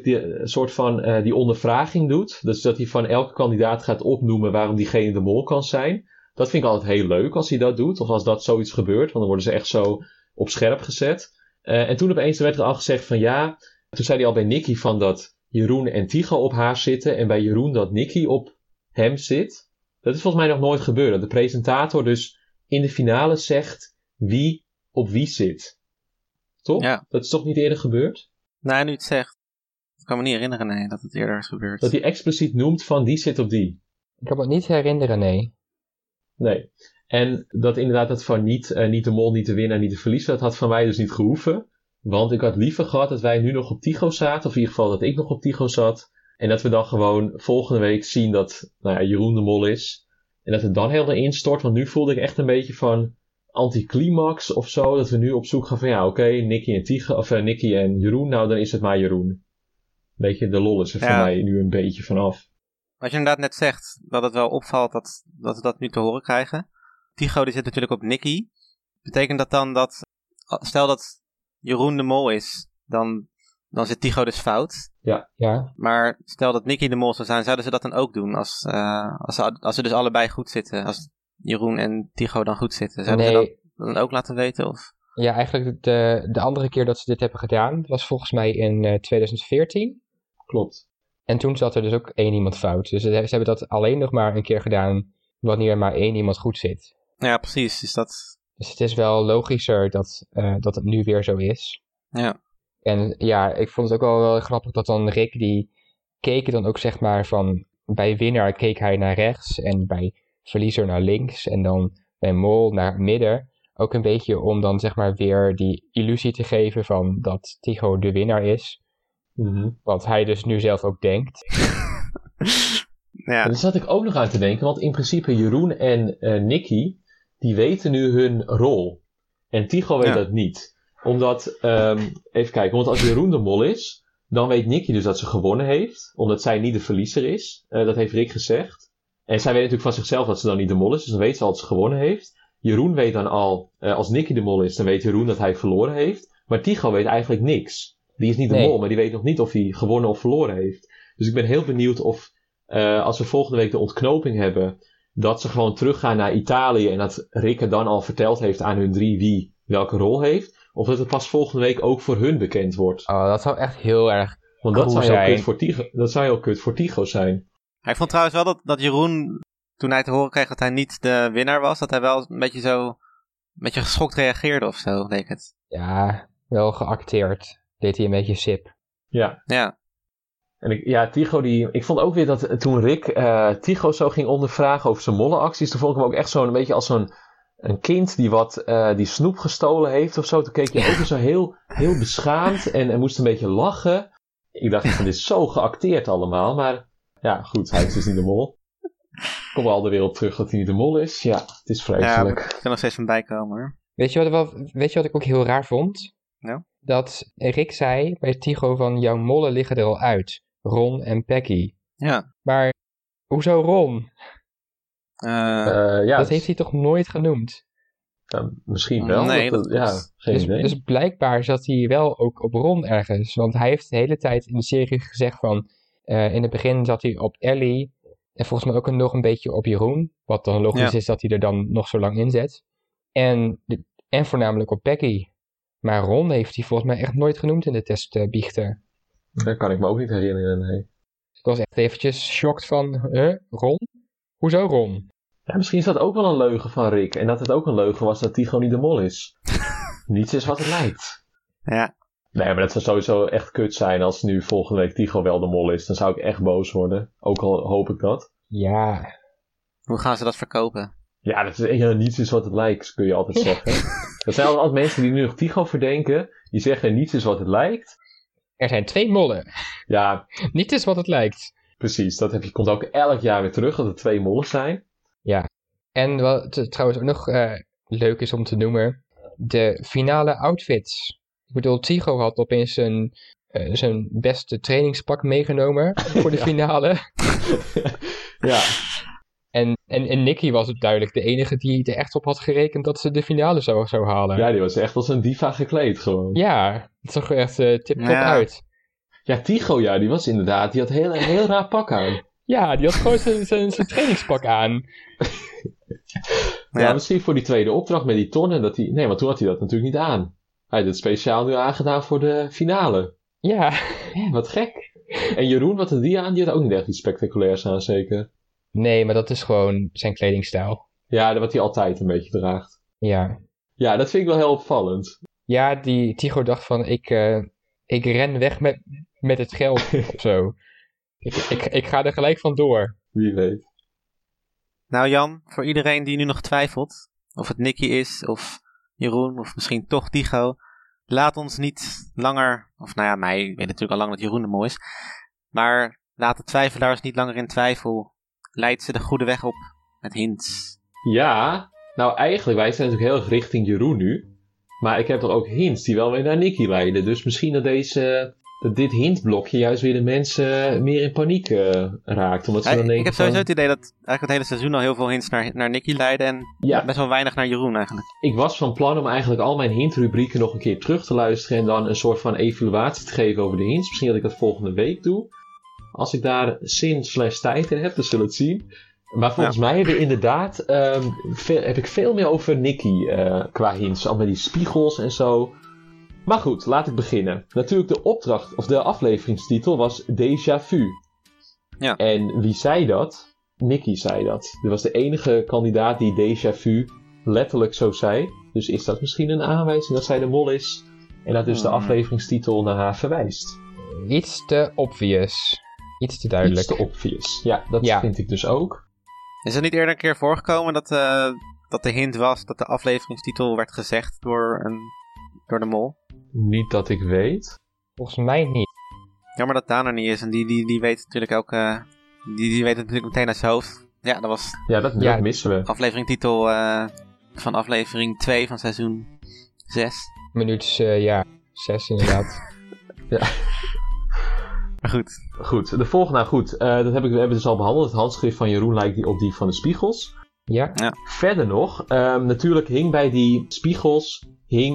die ondervraging doet. Dus dat hij van elke kandidaat gaat opnoemen waarom diegene de mol kan zijn. Dat vind ik altijd heel leuk als hij dat doet. Of als dat zoiets gebeurt, want dan worden ze echt zo op scherp gezet. En toen opeens werd er al gezegd van ja, toen zei hij al bij Nicky van dat Jeroen en Tycho op haar zitten. En bij Jeroen dat Nicky op hem zit. Dat is volgens mij nog nooit gebeurd. Dat de presentator dus in de finale zegt wie op wie zit. Toch? Ja. Dat is toch niet eerder gebeurd? Nee, nu het zegt. Ik kan me niet herinneren, nee, dat het eerder is gebeurd. Dat hij expliciet noemt van die zit op die. Ik kan me het niet herinneren, nee. Nee. En dat inderdaad dat van niet de mol, niet de winnaar, niet de verliezer, dat had van mij dus niet gehoeven. Want ik had liever gehad dat wij nu nog op Tycho zaten. Of in ieder geval dat ik nog op Tycho zat. En dat we dan gewoon volgende week zien dat Jeroen de mol is. En dat het dan helemaal instort. Want nu voelde ik echt een beetje van anticlimax of zo. Dat we nu op zoek gaan van oké, Nicky en Jeroen. Nou, dan is het maar Jeroen. Weet je, de lol is er voor mij nu een beetje vanaf. Wat je inderdaad net zegt, dat het wel opvalt dat we dat nu te horen krijgen. Tycho die zit natuurlijk op Nicky. Betekent dat dan dat, stel dat Jeroen de mol is, dan zit Tycho dus fout. Ja. Maar stel dat Nicky de mol zou zijn, zouden ze dat dan ook doen? Als ze dus allebei goed zitten, als Jeroen en Tycho dan goed zitten. Zouden ze dat dan ook laten weten? Of? Ja, eigenlijk de andere keer dat ze dit hebben gedaan, was volgens mij in 2014. Klopt. En toen zat er dus ook 1 iemand fout. Dus ze hebben dat alleen nog maar een keer gedaan wanneer er maar 1 iemand goed zit. Ja, precies. Dus het is wel logischer dat het nu weer zo is. Ja. En ja, ik vond het ook wel grappig dat dan Rick, die keek dan ook zeg maar van, bij winnaar keek hij naar rechts en bij verliezer naar links en dan bij mol naar midden. Ook een beetje om dan zeg maar weer die illusie te geven van dat Tycho de winnaar is. Mm-hmm. Wat hij dus nu zelf ook denkt. Ja. En daar zat ik ook nog aan te denken, want in principe Jeroen en Nicky, die weten nu hun rol. En Tycho weet dat niet. Omdat, even kijken, want als Jeroen de mol is, dan weet Nicky dus dat ze gewonnen heeft. Omdat zij niet de verliezer is. Dat heeft Rick gezegd. En zij weet natuurlijk van zichzelf dat ze dan niet de mol is. Dus dan weet ze al dat ze gewonnen heeft. Jeroen weet dan al, als Nicky de mol is, dan weet Jeroen dat hij verloren heeft. Maar Tycho weet eigenlijk niks. Die is niet de mol, maar die weet nog niet of hij gewonnen of verloren heeft. Dus ik ben heel benieuwd of, als we volgende week de ontknoping hebben, dat ze gewoon teruggaan naar Italië en dat Rick het dan al verteld heeft aan hun 3 wie welke rol heeft. Of dat het pas volgende week ook voor hun bekend wordt. Oh, dat zou echt heel erg Want dat zou heel kut voor Tycho zijn. Hij vond trouwens wel dat Jeroen, toen hij te horen kreeg dat hij niet de winnaar was, dat hij wel een beetje geschokt reageerde of zo, leek het. Ja, wel geacteerd. Deed hij een beetje sip. Ja. En Tycho ik vond ook weer dat toen Rick Tycho zo ging ondervragen over zijn mollenacties, toen vond ik hem ook echt zo'n beetje als een kind die snoep gestolen heeft of zo. Toen keek je ook weer zo heel beschaamd en moest een beetje lachen. Ik dacht van, dit is zo geacteerd allemaal, maar ja, goed, hij is dus niet de mol. Kom al de wereld terug dat hij niet de mol is. Ja, het is vreselijk. Ja, ik kan nog steeds van bijkomen hoor. Weet je wat ik ook heel raar vond? Ja? Dat Rick zei bij Tycho van, jouw mollen liggen er al uit. Ron en Peggy. Ja. Maar, hoezo Ron? Dat heeft hij toch nooit genoemd? Misschien wel. Nee, geen idee. Dus blijkbaar zat hij wel ook op Ron ergens. Want hij heeft de hele tijd in de serie gezegd van, in het begin zat hij op Ellie. En volgens mij ook nog een beetje op Jeroen. Wat dan logisch is dat hij er dan nog zo lang in zet. En voornamelijk op Peggy. Maar Ron heeft hij volgens mij echt nooit genoemd in de testbiechten. Dat kan ik me ook niet herinneren, nee. Ik was echt eventjes shocked van, Ron? Hoezo Ron? Ja, misschien is dat ook wel een leugen van Rick. En dat het ook een leugen was dat Tycho niet de mol is. Niets is wat het lijkt. Ja. Nee, maar dat zou sowieso echt kut zijn als nu volgende week Tycho wel de mol is. Dan zou ik echt boos worden. Ook al hoop ik dat. Ja. Hoe gaan ze dat verkopen? Ja, dat is niets is wat het lijkt, kun je altijd zeggen. Dat zijn altijd mensen die nu nog Tycho verdenken. Die zeggen niets is wat het lijkt. Er zijn 2 mollen. Ja. Niets is wat het lijkt. Precies, dat komt ook elk jaar weer terug, dat er 2 mollen zijn. Ja. En wat trouwens ook nog leuk is om te noemen, de finale outfits. Ik bedoel, Tycho had opeens zijn beste trainingspak meegenomen voor de finale. Ja. En Nicky was het duidelijk de enige die er echt op had gerekend dat ze de finale zou halen. Ja, die was echt als een diva gekleed gewoon. Ja, het zag er echt tip-top uit. Ja, Tycho, die was inderdaad, die had een heel raar pak aan. Ja, die had gewoon zijn trainingspak aan. Ja, misschien voor die tweede opdracht met die tonnen. Nee, want toen had hij dat natuurlijk niet aan. Hij had het speciaal nu aangedaan voor de finale. Ja. Wat gek. En Jeroen, wat had die aan? Die had ook niet echt iets spectaculairs aan, zeker? Nee, maar dat is gewoon zijn kledingstijl. Ja, wat hij altijd een beetje draagt. Ja. Ja, dat vind ik wel heel opvallend. Ja, die Tycho dacht van, ik ren weg met het geld of zo. Ik ga er gelijk vandoor. Wie weet. Nou Jan, voor iedereen die nu nog twijfelt, of het Nicky is, of Jeroen, of misschien toch Tycho, laat ons niet langer, of nou ja, mij weet natuurlijk al lang dat Jeroen de mol is, maar laat de twijfelaars niet langer in twijfel. Leidt ze de goede weg op met hints. Ja, nou eigenlijk, wij zijn natuurlijk heel erg richting Jeroen nu. Maar ik heb er ook hints die wel weer naar Nicky leiden. Dus misschien dat dit hintblokje juist weer de mensen meer in paniek raakt. Omdat ze dan denken ik heb sowieso het idee dat eigenlijk het hele seizoen al heel veel hints naar Nicky leiden. En best wel weinig naar Jeroen eigenlijk. Ik was van plan om eigenlijk al mijn hintrubrieken nog een keer terug te luisteren. En dan een soort van evaluatie te geven over de hints. Misschien dat ik dat volgende week doe. Als ik daar zin/tijd in heb, dan zullen we het zien. Maar volgens mij hebben we inderdaad heb ik veel meer over Nicky qua hints. Al met die spiegels en zo. Maar goed, laat ik beginnen. Natuurlijk de opdracht, of de afleveringstitel was Déjà Vu. Ja. En wie zei dat? Nicky zei dat. Dit was de enige kandidaat die Déjà Vu letterlijk zo zei. Dus is dat misschien een aanwijzing dat zij de mol is? En dat dus de afleveringstitel naar haar verwijst. Iets te obvious. Iets te duidelijk. Iets te obvious. Ja, dat vind ik dus ook. Is het niet eerder een keer voorgekomen dat de hint was dat de afleveringstitel werd gezegd door de mol? Niet dat ik weet. Volgens mij niet. Jammer dat Daan er niet is en die weet natuurlijk ook... Die weet het natuurlijk meteen uit zijn hoofd. Ja, dat was... Ja, dat missen we. Afleveringtitel van aflevering 2 van seizoen 6. Minuut 6 inderdaad. Ja. Maar goed, de volgende, dat hebben we dus al behandeld. Het handschrift van Jeroen lijkt op die van de spiegels. Ja. Verder nog, natuurlijk hing bij die spiegels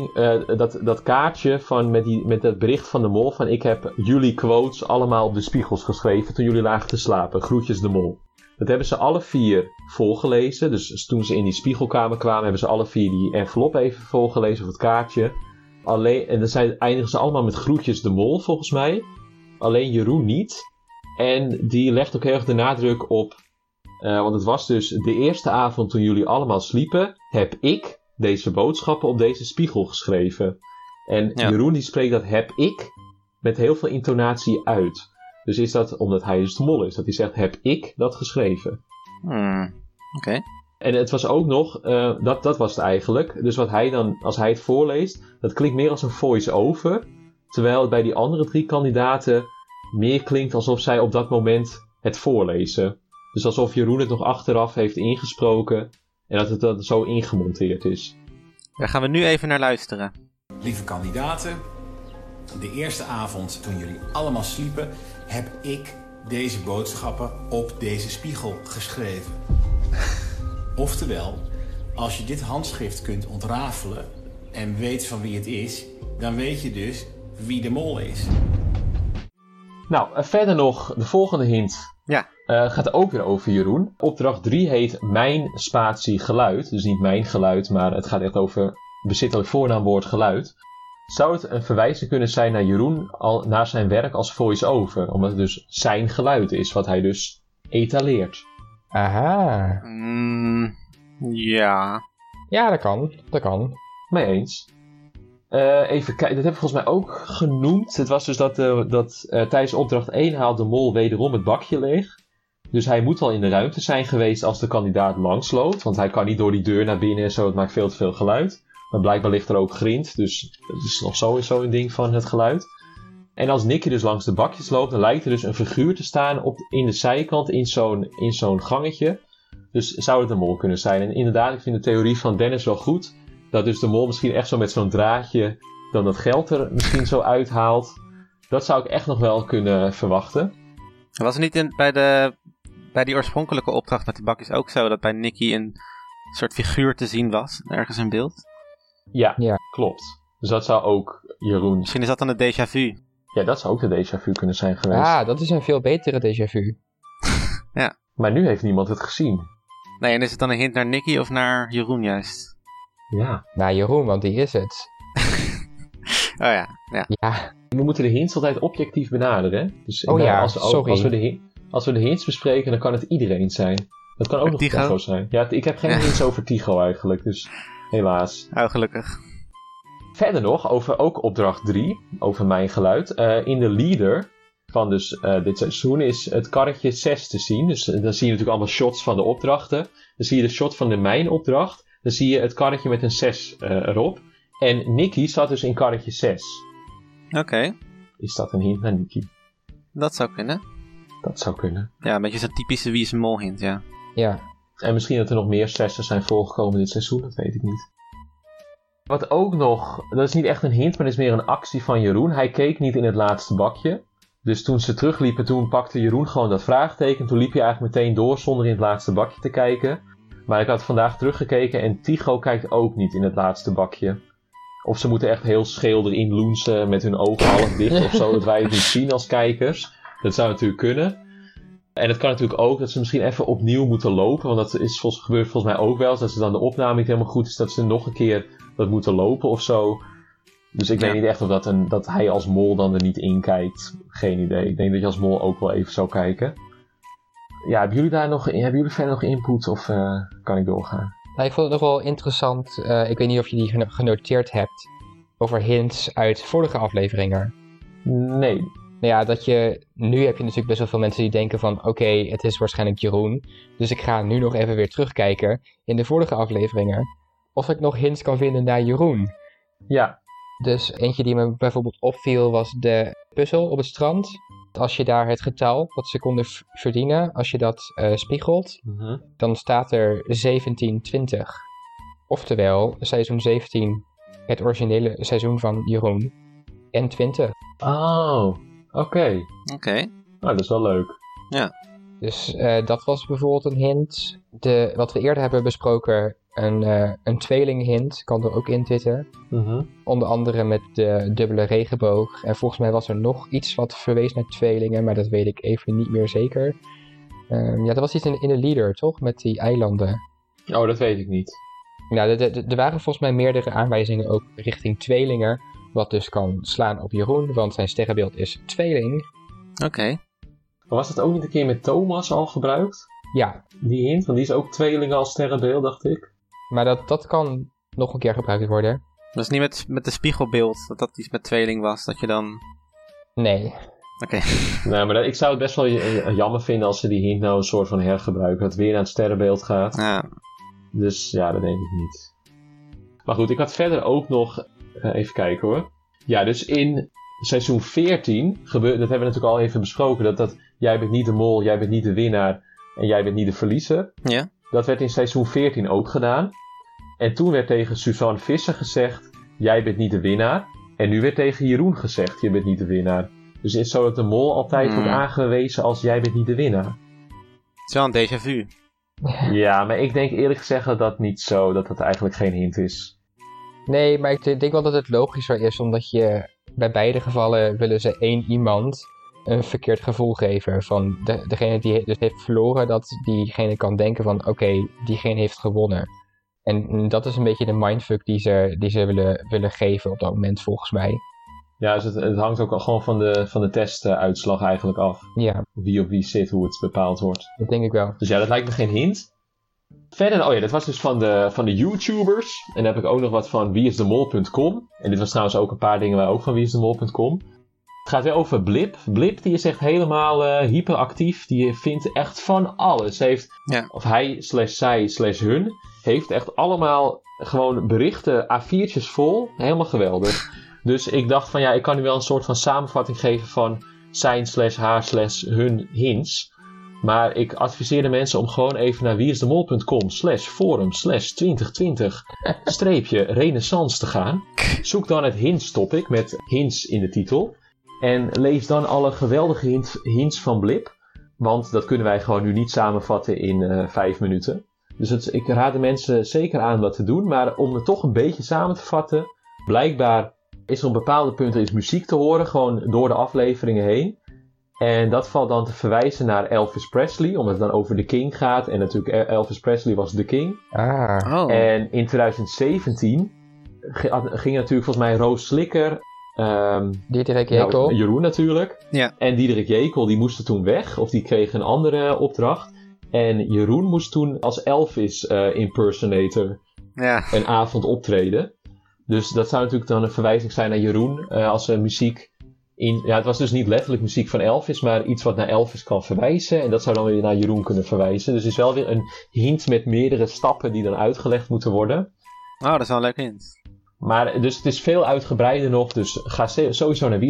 dat kaartje met dat bericht van de mol van ik heb jullie quotes allemaal op de spiegels geschreven toen jullie lagen te slapen. Groetjes de mol. Dat hebben ze alle 4 voorgelezen. Dus toen ze in die spiegelkamer kwamen hebben ze alle 4 die envelop even voorgelezen of het kaartje. En dan eindigen ze allemaal met groetjes de mol volgens mij. Alleen Jeroen niet. En die legt ook heel erg de nadruk op... want het was dus de eerste avond toen jullie allemaal sliepen... heb ik deze boodschappen op deze spiegel geschreven. En Jeroen die spreekt dat heb ik... met heel veel intonatie uit. Dus is dat omdat hij dus de mol is. Dat hij zegt heb ik dat geschreven. Oké. En het was ook nog... dat was het eigenlijk. Dus wat hij dan... als hij het voorleest... dat klinkt meer als een voice-over... Terwijl het bij die andere 3 kandidaten meer klinkt alsof zij op dat moment het voorlezen. Dus alsof Jeroen het nog achteraf heeft ingesproken en dat het dan zo ingemonteerd is. Daar gaan we nu even naar luisteren. Lieve kandidaten, de eerste avond toen jullie allemaal sliepen, heb ik deze boodschappen op deze spiegel geschreven. Oftewel, als je dit handschrift kunt ontrafelen en weet van wie het is, dan weet je dus wie de mol is. Nou, verder nog de volgende hint. Ja. Gaat ook weer over Jeroen. Opdracht 3 heet Mijn spatie geluid. Dus niet mijn geluid, maar het gaat echt over bezittelijk voornaamwoord geluid. Zou het een verwijzing kunnen zijn naar Jeroen naar zijn werk als voice-over? Omdat het dus zijn geluid is, wat hij dus etaleert. Aha. Ja. Ja, dat kan. Mee eens. Even kijken, dat heb ik volgens mij ook genoemd. Het was dus dat tijdens opdracht 1 haalt de mol wederom het bakje leeg. Dus hij moet wel in de ruimte zijn geweest als de kandidaat langsloopt. Want hij kan niet door die deur naar binnen en zo, het maakt veel te veel geluid. Maar blijkbaar ligt er ook grind, dus het is nog sowieso een ding van het geluid. En als Nicky dus langs de bakjes loopt, dan lijkt er dus een figuur te staan in de zijkant in zo'n gangetje. Dus zou het een mol kunnen zijn. En inderdaad, ik vind de theorie van Dennis wel goed. Dat dus de mol misschien echt zo met zo'n draadje dan dat geld er misschien zo uithaalt. Dat zou ik echt nog wel kunnen verwachten. Was het niet bij die oorspronkelijke opdracht met de bakjes ook zo dat bij Nicky een soort figuur te zien was, ergens in beeld? Ja, klopt. Dus dat zou ook Jeroen... Misschien is dat dan een déjà vu. Ja, dat zou ook de déjà vu kunnen zijn geweest. Ah, dat is een veel betere déjà vu. Ja. Maar nu heeft niemand het gezien. Nee, en is het dan een hint naar Nicky of naar Jeroen juist? Ja. Nou, Jeroen, want die is het. Oh ja. We moeten de hints altijd objectief benaderen, hè? Dus sorry. Als we de hints bespreken, dan kan het iedereen zijn. Dat kan ook nog Tycho zijn. Ja, ik heb geen hints over Tycho eigenlijk, dus helaas. Oh, gelukkig. Verder nog, over ook opdracht 3, over mijn geluid. In de leader van dus dit seizoen is het karretje 6 te zien. Dus dan zie je natuurlijk allemaal shots van de opdrachten. Dan zie je de shot van de mijnopdracht. Dan zie je het karretje met een 6 erop. En Nicky zat dus in karretje 6. Oké. Is dat een hint naar Nicky? Dat zou kunnen. Dat zou kunnen. Ja, een beetje zo'n typische Wie is een Mol hint, ja. Ja. En misschien dat er nog meer 6'ers zijn voorgekomen dit seizoen, dat weet ik niet. Wat ook nog, dat is niet echt een hint, maar dat is meer een actie van Jeroen. Hij keek niet in het laatste bakje. Dus toen ze terugliepen, toen pakte Jeroen gewoon dat vraagteken. Toen liep je eigenlijk meteen door zonder in het laatste bakje te kijken. Maar ik had vandaag teruggekeken en Tycho kijkt ook niet in het laatste bakje. Of ze moeten echt heel scheel erin loensen met hun ogen half dicht of zo, dat wij het niet zien als kijkers. Dat zou natuurlijk kunnen. En het kan natuurlijk ook dat ze misschien even opnieuw moeten lopen. Want dat gebeurt volgens mij ook wel eens. Dat ze dan de opname niet helemaal goed is. Dat ze nog een keer dat moeten lopen of zo. Dus ik weet niet echt of dat hij als mol dan er niet in kijkt. Geen idee. Ik denk dat je als mol ook wel even zou kijken. Ja, hebben jullie verder nog input of kan ik doorgaan? Nou, ik vond het nog wel interessant. Ik weet niet of je die genoteerd hebt. Over hints uit vorige afleveringen. Nee. Nou ja, nu heb je natuurlijk best wel veel mensen die denken van oké, het is waarschijnlijk Jeroen. Dus ik ga nu nog even weer terugkijken in de vorige afleveringen. Of ik nog hints kan vinden naar Jeroen. Ja. Dus eentje die me bijvoorbeeld opviel was de puzzel op het strand. Als je daar het getal wat ze konden verdienen, als je dat spiegelt, dan staat er 1720. Oftewel, seizoen 17, het originele seizoen van Jeroen, en 20. Oh, oké. Oké. Nou, dat is wel leuk. Ja. Dus dat was bijvoorbeeld een hint. Wat we eerder hebben besproken, een tweelinghint kan er ook in zitten. Onder andere met de dubbele regenboog. En volgens mij was er nog iets wat verwees naar tweelingen, maar dat weet ik even niet meer zeker. Ja, dat was iets in de leader, toch? Met die eilanden. Oh, dat weet ik niet. Nou, er waren volgens mij meerdere aanwijzingen ook richting tweelingen. Wat dus kan slaan op Jeroen, want zijn sterrenbeeld is tweeling. Oké. Maar was dat ook niet een keer met Thomas al gebruikt? Ja. Die hint, want die is ook tweeling als sterrenbeeld, dacht ik. Maar dat kan nog een keer gebruikt worden. Dat is niet met de spiegelbeeld, dat iets met tweeling was, dat je dan... Nee. Oké. Nee, maar ik zou het best wel jammer vinden als ze die hint nou een soort van hergebruiken. Dat het weer naar het sterrenbeeld gaat. Ja. Dus ja, dat denk ik niet. Maar goed, ik had verder ook nog... even kijken hoor. Ja, dus in seizoen 14 gebeurt... Dat hebben we natuurlijk al even besproken. Dat jij bent niet de mol, jij bent niet de winnaar... En jij bent niet de verliezer. Ja. Dat werd in seizoen 14 ook gedaan. En toen werd tegen Suzanne Visser gezegd... Jij bent niet de winnaar. En nu werd tegen Jeroen gezegd... Je bent niet de winnaar. Dus het is zo dat de mol altijd wordt aangewezen als... Jij bent niet de winnaar. Het is wel een déjà vu. Ja, maar ik denk eerlijk gezegd dat niet zo... Dat dat eigenlijk geen hint is. Nee, maar ik denk wel dat het logischer is... Omdat je bij beide gevallen willen ze één iemand... een verkeerd gevoel geven van degene die dus heeft verloren, dat diegene kan denken van oké, diegene heeft gewonnen. En dat is een beetje de mindfuck die ze willen geven op dat moment volgens mij. Ja, dus het hangt ook al gewoon van de testuitslag eigenlijk af. Ja. Wie op wie zit, hoe het bepaald wordt. Dat denk ik wel. Dus ja, dat lijkt me geen hint. Verder, dat was dus van de YouTubers. En dan heb ik ook nog wat van wieisdemol.com. En dit was trouwens ook een paar dingen waar ook van wieisdemol.com. Het gaat weer over Blip. Blip die is echt helemaal hyperactief. Die vindt echt van alles. Of hij /zij/hun heeft echt allemaal gewoon berichten A4'tjes vol. Helemaal geweldig. Dus ik dacht van ik kan nu wel een soort van samenvatting geven van zijn/haar/hun hints. Maar ik adviseer de mensen om gewoon even naar wieisdemol.com/forum/2020-renaissance te gaan. Zoek dan het hints topic met hints in de titel. En lees dan alle geweldige hints van Blip. Want dat kunnen wij gewoon nu niet samenvatten in 5 minuten. Dus ik raad de mensen zeker aan dat te doen. Maar om het toch een beetje samen te vatten. Blijkbaar is er op bepaalde punten muziek te horen. Gewoon door de afleveringen heen. En dat valt dan te verwijzen naar Elvis Presley. Omdat het dan over de King gaat. En natuurlijk Elvis Presley was de King. En in 2017 ging natuurlijk volgens mij Roos Slikker... Diederik Jekyll. Jeroen natuurlijk. Ja. En Diederik Jekyll die moesten toen weg. Of die kreeg een andere opdracht. En Jeroen moest toen als Elvis impersonator een avond optreden. Dus dat zou natuurlijk dan een verwijzing zijn naar Jeroen. Als muziek het was dus niet letterlijk muziek van Elvis. Maar iets wat naar Elvis kan verwijzen. En dat zou dan weer naar Jeroen kunnen verwijzen. Dus het is wel weer een hint met meerdere stappen die dan uitgelegd moeten worden. Oh, dat is wel een leuk hint. Maar dus het is veel uitgebreider nog. Dus ga sowieso naar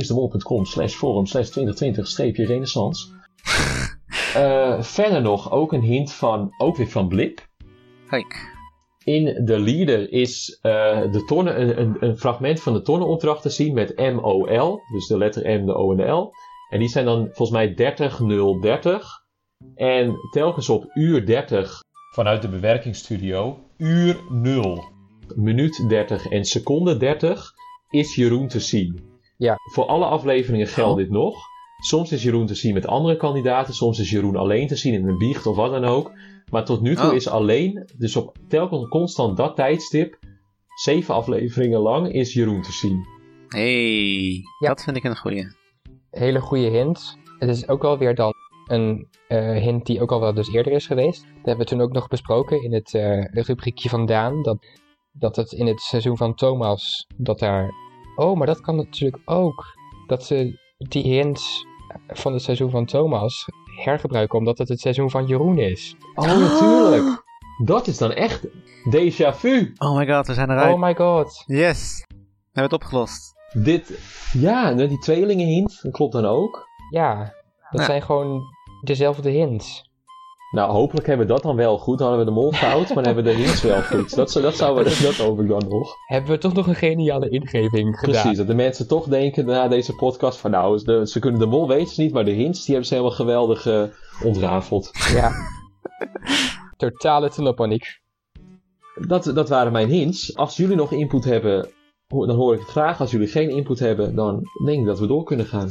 wieisdemol.com/forum/2020-renaissance. Verder nog ook een hint ook weer van Blip. Kijk. In de leader is een fragment van de tonnenopdracht te zien met MOL. Dus de letter M, de O en de L. En die zijn dan volgens mij 30:030. En telkens op uur 30 vanuit de bewerkingsstudio uur 0. Minuut 30 en seconde 30 is Jeroen te zien. Ja. Voor alle afleveringen geldt dit nog. Soms is Jeroen te zien met andere kandidaten. Soms is Jeroen alleen te zien in een biecht of wat dan ook. Maar tot nu toe is alleen, dus op telkens constant dat tijdstip, 7 afleveringen lang, is Jeroen te zien. Dat vind ik een goeie. Hele goede hint. Het is ook wel weer dan een hint die ook al wel dus eerder is geweest. Dat hebben we toen ook nog besproken in het rubriekje van Daan. Dat het in het seizoen van Thomas, dat daar... Oh, maar dat kan natuurlijk ook. Dat ze die hints van het seizoen van Thomas hergebruiken, omdat het seizoen van Jeroen is. Oh, natuurlijk. Dat is dan echt déjà vu. Oh my god, we zijn eruit. Oh my god. Yes. We hebben het opgelost. Die tweelingenhint, dat klopt dan ook. Ja, dat zijn gewoon dezelfde hints. Nou, hopelijk hebben we dat dan wel goed. Dan hadden we de mol fout, maar dan hebben we de hints wel goed. Dat hoop ik dan nog. Hebben we toch nog een geniale ingeving gedaan. Precies, dat de mensen toch denken na deze podcast van ze kunnen de mol weten ze niet, maar de hints die hebben ze helemaal geweldig ontrafeld. Ja. Totale tunnelpaniek. Dat waren mijn hints. Als jullie nog input hebben, dan hoor ik het graag. Als jullie geen input hebben, dan denk ik dat we door kunnen gaan.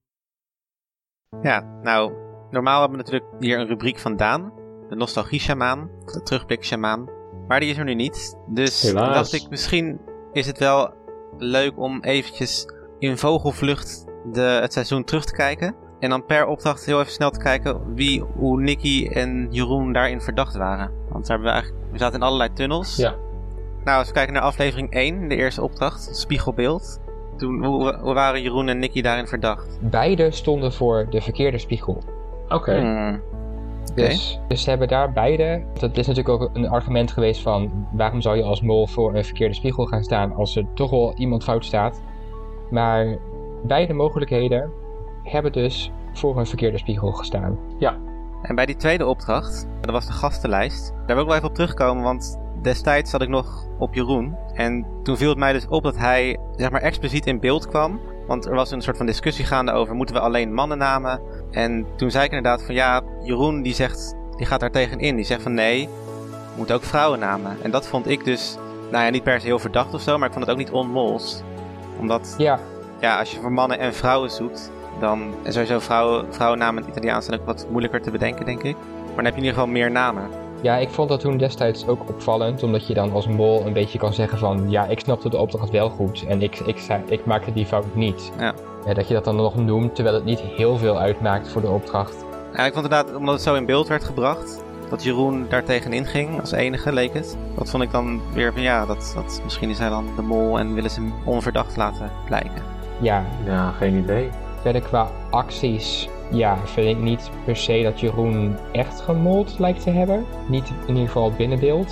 Ja, nou... Normaal hebben we natuurlijk hier een rubriek van Daan. De nostalgie-sjamaan. Of de terugblik-sjamaan. Maar die is er nu niet. Dus helaas. Dacht ik, misschien is het wel leuk om eventjes in vogelvlucht het seizoen terug te kijken. En dan per opdracht heel even snel te kijken hoe Nicky en Jeroen daarin verdacht waren. Want daar hebben we zaten in allerlei tunnels. Ja. Nou, als we kijken naar aflevering 1, de eerste opdracht. Spiegelbeeld. Hoe waren Jeroen en Nicky daarin verdacht? Beide stonden voor de verkeerde spiegel. Oké. Dus ze hebben daar beide... Dat is natuurlijk ook een argument geweest van... waarom zou je als mol voor een verkeerde spiegel gaan staan... als er toch al iemand fout staat. Maar beide mogelijkheden hebben dus voor een verkeerde spiegel gestaan. Ja. En bij die tweede opdracht, dat was de gastenlijst. Daar wil ik wel even op terugkomen, want destijds zat ik nog op Jeroen. En toen viel het mij dus op dat hij expliciet in beeld kwam. Want er was een soort van discussie gaande over, moeten we alleen mannennamen? En toen zei ik inderdaad van Jeroen die gaat daar tegenin. Die zegt van nee, we moeten ook vrouwennamen. En dat vond ik dus, niet per se heel verdacht of zo, maar ik vond het ook niet onmols. Omdat, als je voor mannen en vrouwen zoekt, dan is sowieso vrouwennamen in het Italiaans zijn ook wat moeilijker te bedenken, denk ik. Maar dan heb je in ieder geval meer namen. Ja, ik vond dat toen destijds ook opvallend, omdat je dan als mol een beetje kan zeggen van... Ja, ik snapte de opdracht wel goed en ik maakte die fout niet. Ja. Dat je dat dan nog noemt, terwijl het niet heel veel uitmaakt voor de opdracht. Ja, ik vond inderdaad, omdat het zo in beeld werd gebracht, dat Jeroen daar tegenin ging, als enige leek het. Dat vond ik dan weer van dat misschien is hij dan de mol en willen ze hem onverdacht laten lijken. Ja, geen idee. Verder qua acties... Ja, vind ik niet per se dat Jeroen echt gemold lijkt te hebben. Niet in ieder geval binnen beeld.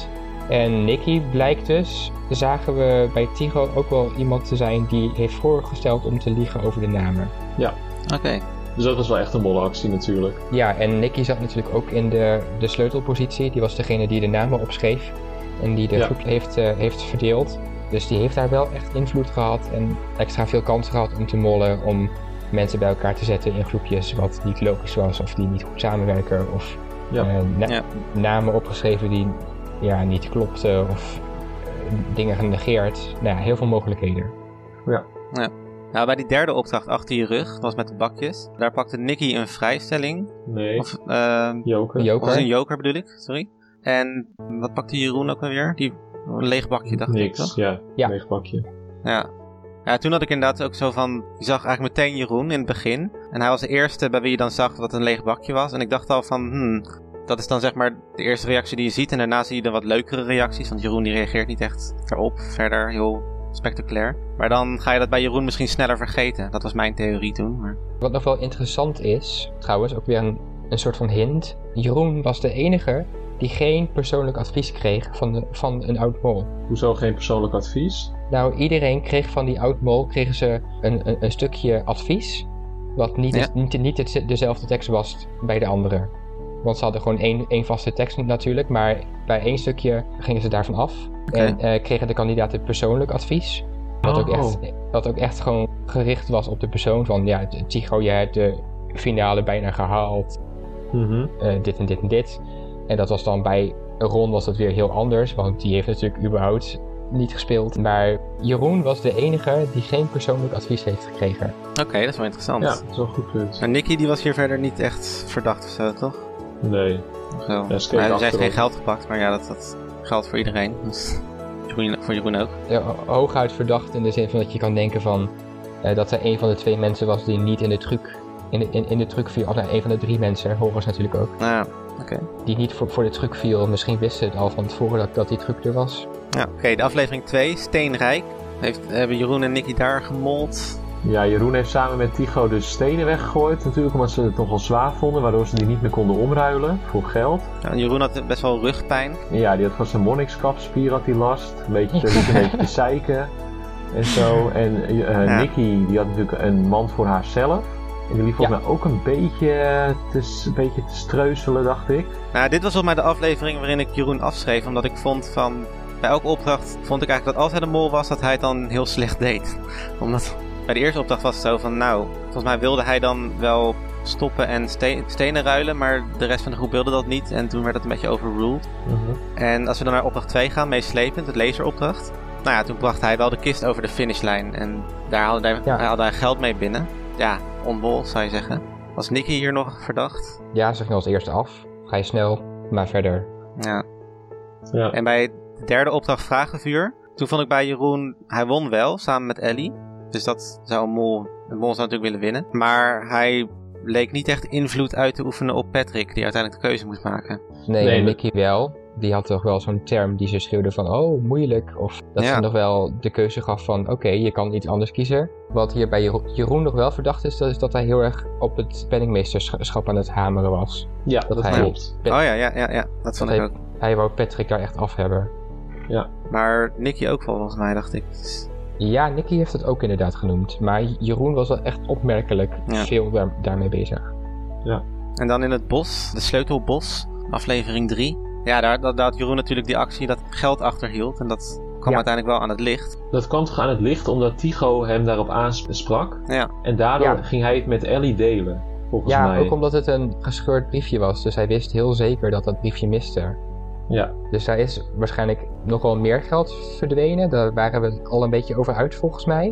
En Nicky blijkt dus, zagen we bij Tycho ook wel iemand te zijn die heeft voorgesteld om te liegen over de namen. Ja. Oké. Dus dat was wel echt een mollenactie natuurlijk. Ja, en Nicky zat natuurlijk ook in de sleutelpositie. Die was degene die de namen opschreef en die de groep heeft verdeeld. Dus die heeft daar wel echt invloed gehad en extra veel kans gehad om te mollen, om mensen bij elkaar te zetten in groepjes wat niet logisch was of die niet goed samenwerken of namen opgeschreven die niet klopten of dingen genegeerd. Nou ja, heel veel mogelijkheden. Ja. Nou, bij die derde opdracht achter je rug, dat was met de bakjes, daar pakte Nicky een vrijstelling. Nee, of, joker. Was een joker bedoel ik, sorry. En wat pakte Jeroen ook alweer? Een leeg bakje, dacht ik, toch? Ja, leeg bakje. Ja, toen had ik inderdaad ook zo van, je zag eigenlijk meteen Jeroen in het begin. En hij was de eerste bij wie je dan zag dat een leeg bakje was. En ik dacht al van, dat is dan zeg maar de eerste reactie die je ziet. En daarna zie je de wat leukere reacties, want Jeroen die reageert niet echt erop. Verder heel spectaculair. Maar dan ga je dat bij Jeroen misschien sneller vergeten. Dat was mijn theorie toen. Maar... Wat nog wel interessant is, trouwens, ook weer een soort van hint. Jeroen was de enige die geen persoonlijk advies kreeg van een oud-mol. Hoezo geen persoonlijk advies? Nou, iedereen kreeg van die oud-mol kregen ze een stukje advies, wat niet dezelfde tekst was bij de anderen. Want ze hadden gewoon één vaste tekst natuurlijk, maar bij één stukje gingen ze daarvan af. Okay. En kregen de kandidaten persoonlijk advies. Wat ook echt gewoon gericht was op de persoon van, ja, Tycho, jij hebt de finale bijna gehaald. Dit en dit en dit. En dat was dan bij Ron was dat weer heel anders, want die heeft natuurlijk überhaupt niet gespeeld. Maar Jeroen was de enige die geen persoonlijk advies heeft gekregen. Oké, dat is wel interessant. Ja, dat is wel een goed punt. En Nicky die was hier verder niet echt verdacht of zo, toch? Nee. Zo. Ja, zij heeft geen geld gepakt, maar ja, dat geldt voor iedereen. Dus voor Jeroen ook. Ja, hooguit verdacht in de zin van dat je kan denken van dat hij een van de 2 mensen was die niet in de truc in de truc viel. Of nou, een van de 3 mensen, Horus natuurlijk ook. Ja, oké. Die niet voor de truc viel. Misschien wisten het al van tevoren dat die truc er was. Ja, oké. De aflevering 2, Steenrijk. Hebben Jeroen en Nicky daar gemold? Ja, Jeroen heeft samen met Tycho de stenen weggegooid. Natuurlijk omdat ze het nogal zwaar vonden, waardoor ze die niet meer konden omruilen voor geld. Ja, en Jeroen had best wel rugpijn. Ja, die had van zijn monnikskapspier had die last. Een beetje te zeiken en zo. En Nicky, die had natuurlijk een man voor haarzelf. En die liep volgens mij ook een beetje te streuzelen, dacht ik. Nou, dit was volgens mij de aflevering waarin ik Jeroen afschreef. Omdat ik vond van... Bij elke opdracht vond ik eigenlijk dat als hij de mol was, dat hij het dan heel slecht deed. Omdat bij de eerste opdracht was het zo van... Nou, volgens mij wilde hij dan wel stoppen en stenen ruilen. Maar de rest van de groep wilde dat niet. En toen werd het een beetje overruled. En als we dan naar opdracht 2 gaan, meeslepend, het laseropdracht. Nou ja, toen bracht hij wel de kist over de finishlijn. En daar haalde hij geld mee binnen. Ja, onwol zou je zeggen. Was Nicky hier nog verdacht? Ja, ze ging als eerste af. Ga je snel, maar verder. Ja. En bij de derde opdracht Vragenvuur, toen vond ik bij Jeroen, hij won wel, samen met Ellie. Dus dat zou een mol zou natuurlijk willen winnen. Maar hij leek niet echt invloed uit te oefenen op Patrick, die uiteindelijk de keuze moest maken. Nee, Nicky wel. Die had toch wel zo'n term die ze schreeuwde van, oh, moeilijk. Of dat ze nog wel de keuze gaf van, oké, je kan iets anders kiezen. Wat hier bij Jeroen nog wel verdacht is dat hij heel erg op het penningmeesterschap aan het hameren was. Ja, dat klopt. Ja, dat vond ik ook. Hij wou Patrick daar echt af hebben. Ja. Maar Nicky ook volgens mij, dacht ik. Ja, Nicky heeft het ook inderdaad genoemd. Maar Jeroen was wel echt opmerkelijk veel daarmee bezig. Ja. En dan in het bos, de sleutelbos, aflevering 3. Ja, daar had Jeroen natuurlijk die actie dat geld achterhield. En dat kwam uiteindelijk wel aan het licht. Dat kwam toch aan het licht omdat Tycho hem daarop aansprak. Ja. En daardoor ging hij het met Ellie delen, volgens mij. Ja, ook omdat het een gescheurd briefje was. Dus hij wist heel zeker dat dat briefje miste. Ja. Dus daar is waarschijnlijk nog wel meer geld verdwenen. Daar waren we al een beetje over uit, volgens mij.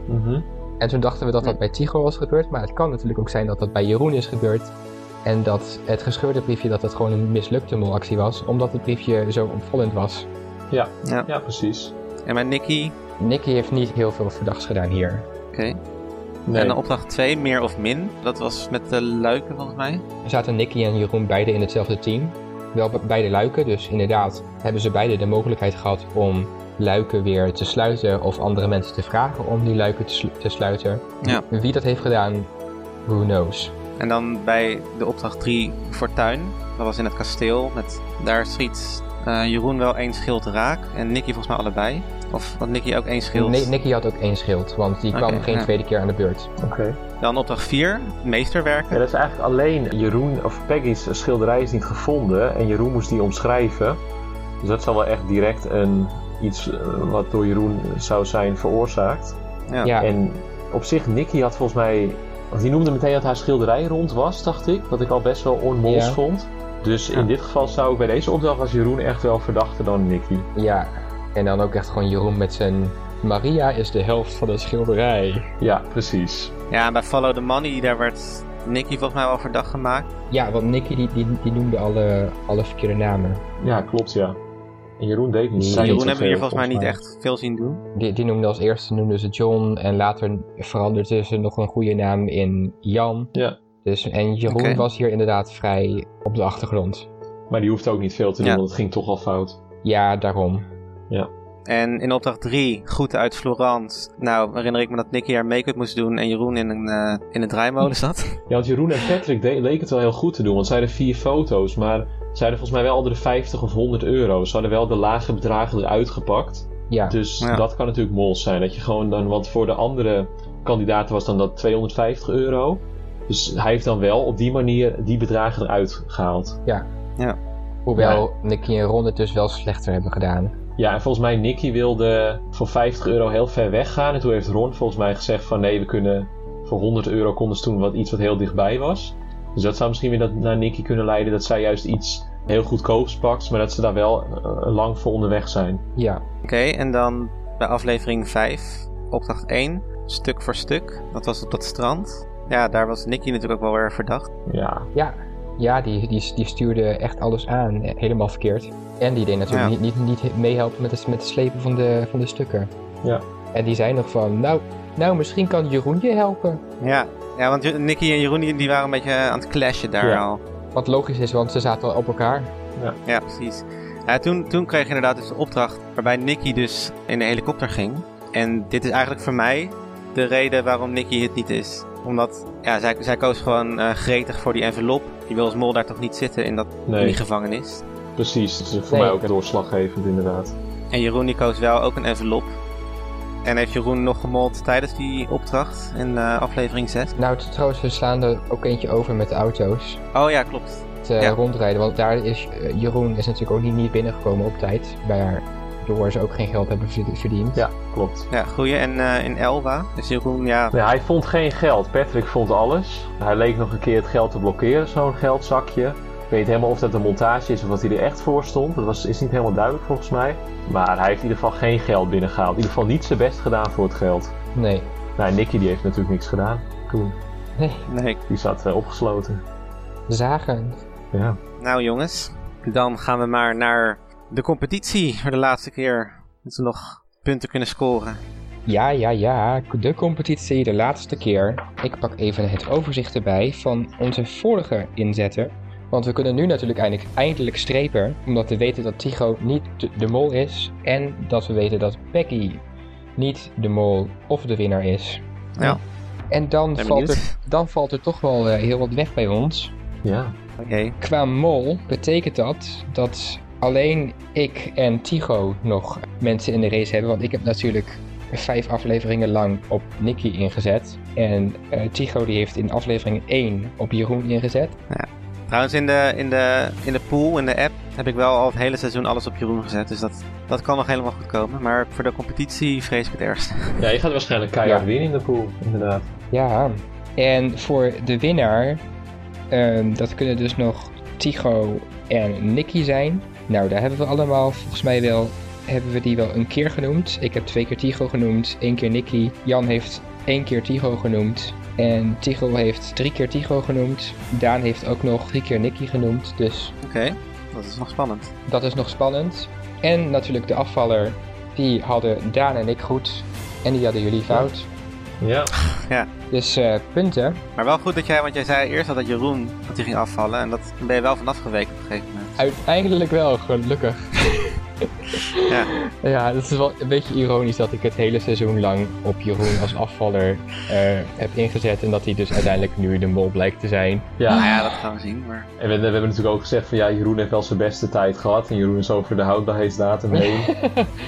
En toen dachten we dat dat bij Tycho was gebeurd. Maar het kan natuurlijk ook zijn dat dat bij Jeroen is gebeurd. En dat het gescheurde briefje dat het gewoon een mislukte molactie was. Omdat het briefje zo opvallend was. Ja, precies. En met Nicky? Nicky heeft niet heel veel verdachts gedaan hier. Oké. Nee. En opdracht 2, meer of min. Dat was met de luiken volgens mij. Er zaten Nicky en Jeroen beide in hetzelfde team. Wel beide luiken, dus inderdaad hebben ze beide de mogelijkheid gehad om luiken weer te sluiten. Of andere mensen te vragen om die luiken te sluiten. Ja. Wie dat heeft gedaan, who knows. En dan bij de opdracht 3 Fortuin. Dat was in het kasteel. Daar schiet Jeroen wel 1 schild raak en Nicky volgens mij allebei. Of had Nicky ook 1 schild? Nee, Nicky had ook 1 schild, want die kwam geen tweede keer aan de beurt. Oké. Dan opdracht 4, meesterwerken. Ja, dat is eigenlijk alleen Jeroen of Peggy's schilderij is niet gevonden en Jeroen moest die omschrijven. Dus dat zal wel echt direct iets wat door Jeroen zou zijn veroorzaakt. Ja. En op zich, Nicky had volgens mij... Want die noemde meteen dat haar schilderij rond was, dacht ik. Wat ik al best wel onmols vond. Dus in dit geval zou ik bij deze opdracht was Jeroen echt wel verdachter dan Nicky. Ja, en dan ook echt gewoon Jeroen met zijn... Maria is de helft van de schilderij. Ja, precies. Ja, en bij Follow the Money, daar werd Nicky volgens mij wel verdacht gemaakt. Ja, want Nicky die noemde alle verkeerde namen. Ja, klopt, ja. En Jeroen deed niet. Jeroen hebben we hier volgens mij niet echt veel zien doen. Die noemde als eerste ze John en later veranderde ze nog een goede naam in Jan. Ja. Dus, en Jeroen was hier inderdaad vrij op de achtergrond. Maar die hoeft ook niet veel te doen, want het ging toch al fout. Ja, daarom. Ja. En in opdracht 3, groeten uit Florence. Nou, herinner ik me dat Nicky haar make-up moest doen en Jeroen in een draaimolen zat. Ja, want Jeroen en Patrick leken het wel heel goed te doen, want zij hadden 4 foto's, maar ze hadden volgens mij wel al de 50 of 100 euro. Ze hadden wel de lage bedragen eruit gepakt. Ja. Dus dat kan natuurlijk mols zijn, dat je gewoon dan, want voor de andere kandidaten was dan dat 250 euro. Dus hij heeft dan wel op die manier die bedragen eruit gehaald. Ja. Hoewel Nicky en Ron het dus wel slechter hebben gedaan. Ja, en volgens mij Nicky wilde voor 50 euro heel ver weggaan. En toen heeft Ron volgens mij gezegd van nee, we kunnen voor 100 euro konden ze toen iets wat heel dichtbij was. Dus dat zou misschien weer naar Nicky kunnen leiden dat zij juist iets heel goedkoops pakt, maar dat ze daar wel lang voor onderweg zijn. Ja. Oké, en dan bij aflevering 5, opdracht 1, stuk voor stuk. Dat was op dat strand. Ja, daar was Nicky natuurlijk ook wel weer verdacht. Ja, die stuurde echt alles aan, helemaal verkeerd. En die deed natuurlijk niet meehelpen met het slepen van de stukken. Ja. En die zei nog van, nou misschien kan Jeroen je helpen. Ja, want Nicky en Jeroen die waren een beetje aan het clashen daar al. Wat logisch is, want ze zaten al op elkaar. Ja, precies. Ja, toen kreeg je inderdaad dus de opdracht waarbij Nicky dus in de helikopter ging. En dit is eigenlijk voor mij de reden waarom Nicky het niet is. Omdat zij koos gewoon gretig voor die envelop. Je wil als mol daar toch niet zitten in die gevangenis. Precies, dat is voor mij ook doorslaggevend inderdaad. En Jeroen die koos wel ook een envelop. En heeft Jeroen nog gemold tijdens die opdracht in aflevering 6? Nou, trouwens, we slaan er ook eentje over met de auto's. Oh ja, klopt. Rondrijden, want daar is Jeroen is natuurlijk ook niet binnengekomen op tijd. Waardoor ze ook geen geld hebben verdiend. Ja, klopt. Ja, goeie. En in Elba is Jeroen, Nee, hij vond geen geld. Patrick vond alles. Hij leek nog een keer het geld te blokkeren, zo'n geldzakje. Ik weet helemaal of dat een montage is of wat hij er echt voor stond. Dat is niet helemaal duidelijk volgens mij. Maar hij heeft in ieder geval geen geld binnengehaald. In ieder geval niet zijn best gedaan voor het geld. Nee. Nou, Nicky die heeft natuurlijk niks gedaan toen. Nee. Die zat opgesloten. Zagen. Ja. Nou jongens, dan gaan we maar naar de competitie voor de laatste keer. Dat we nog punten kunnen scoren. Ja. De competitie de laatste keer. Ik pak even het overzicht erbij van onze vorige inzetten. Want we kunnen nu natuurlijk eindelijk strepen. Omdat we weten dat Tycho niet de mol is. En dat we weten dat Peggy niet de mol of de winnaar is. Ja. En dan valt er toch wel heel wat weg bij ons. Ja. Oké. Qua mol betekent dat alleen ik en Tycho nog mensen in de race hebben. Want ik heb natuurlijk 5 afleveringen lang op Nicky ingezet. En Tycho die heeft in aflevering 1 op Jeroen ingezet. Ja. Trouwens in de pool, in de app, heb ik wel al het hele seizoen alles op Jeroen gezet. Dus dat kan nog helemaal goed komen. Maar voor de competitie vrees ik het ergste. Ja, je gaat waarschijnlijk keihard winnen in de pool, inderdaad. Ja, en voor de winnaar, dat kunnen dus nog Tycho en Nicky zijn. Nou, daar hebben we allemaal volgens mij hebben we die wel een keer genoemd. Ik heb 2 keer Tycho genoemd, 1 keer Nicky. Jan heeft 1 keer Tycho genoemd. En Tycho heeft 3 keer Tycho genoemd. Daan heeft ook nog 3 keer Nicky genoemd. Dus Oké, dat is nog spannend. Dat is nog spannend. En natuurlijk de afvaller, die hadden Daan en ik goed. En die hadden jullie fout. Ja. Dus punten. Maar wel goed dat want jij zei eerst dat Jeroen dat hij ging afvallen. En dat ben je wel vanaf geweken op een gegeven moment. Uiteindelijk wel, gelukkig. Ja, dat is wel een beetje ironisch dat ik het hele seizoen lang op Jeroen als afvaller heb ingezet. En dat hij dus uiteindelijk nu de mol blijkt te zijn. Ja. Nou ja, dat gaan we zien. Maar... En we hebben natuurlijk ook gezegd van ja, Jeroen heeft wel zijn beste tijd gehad. En Jeroen is over de houdbaarheidsdatum heen.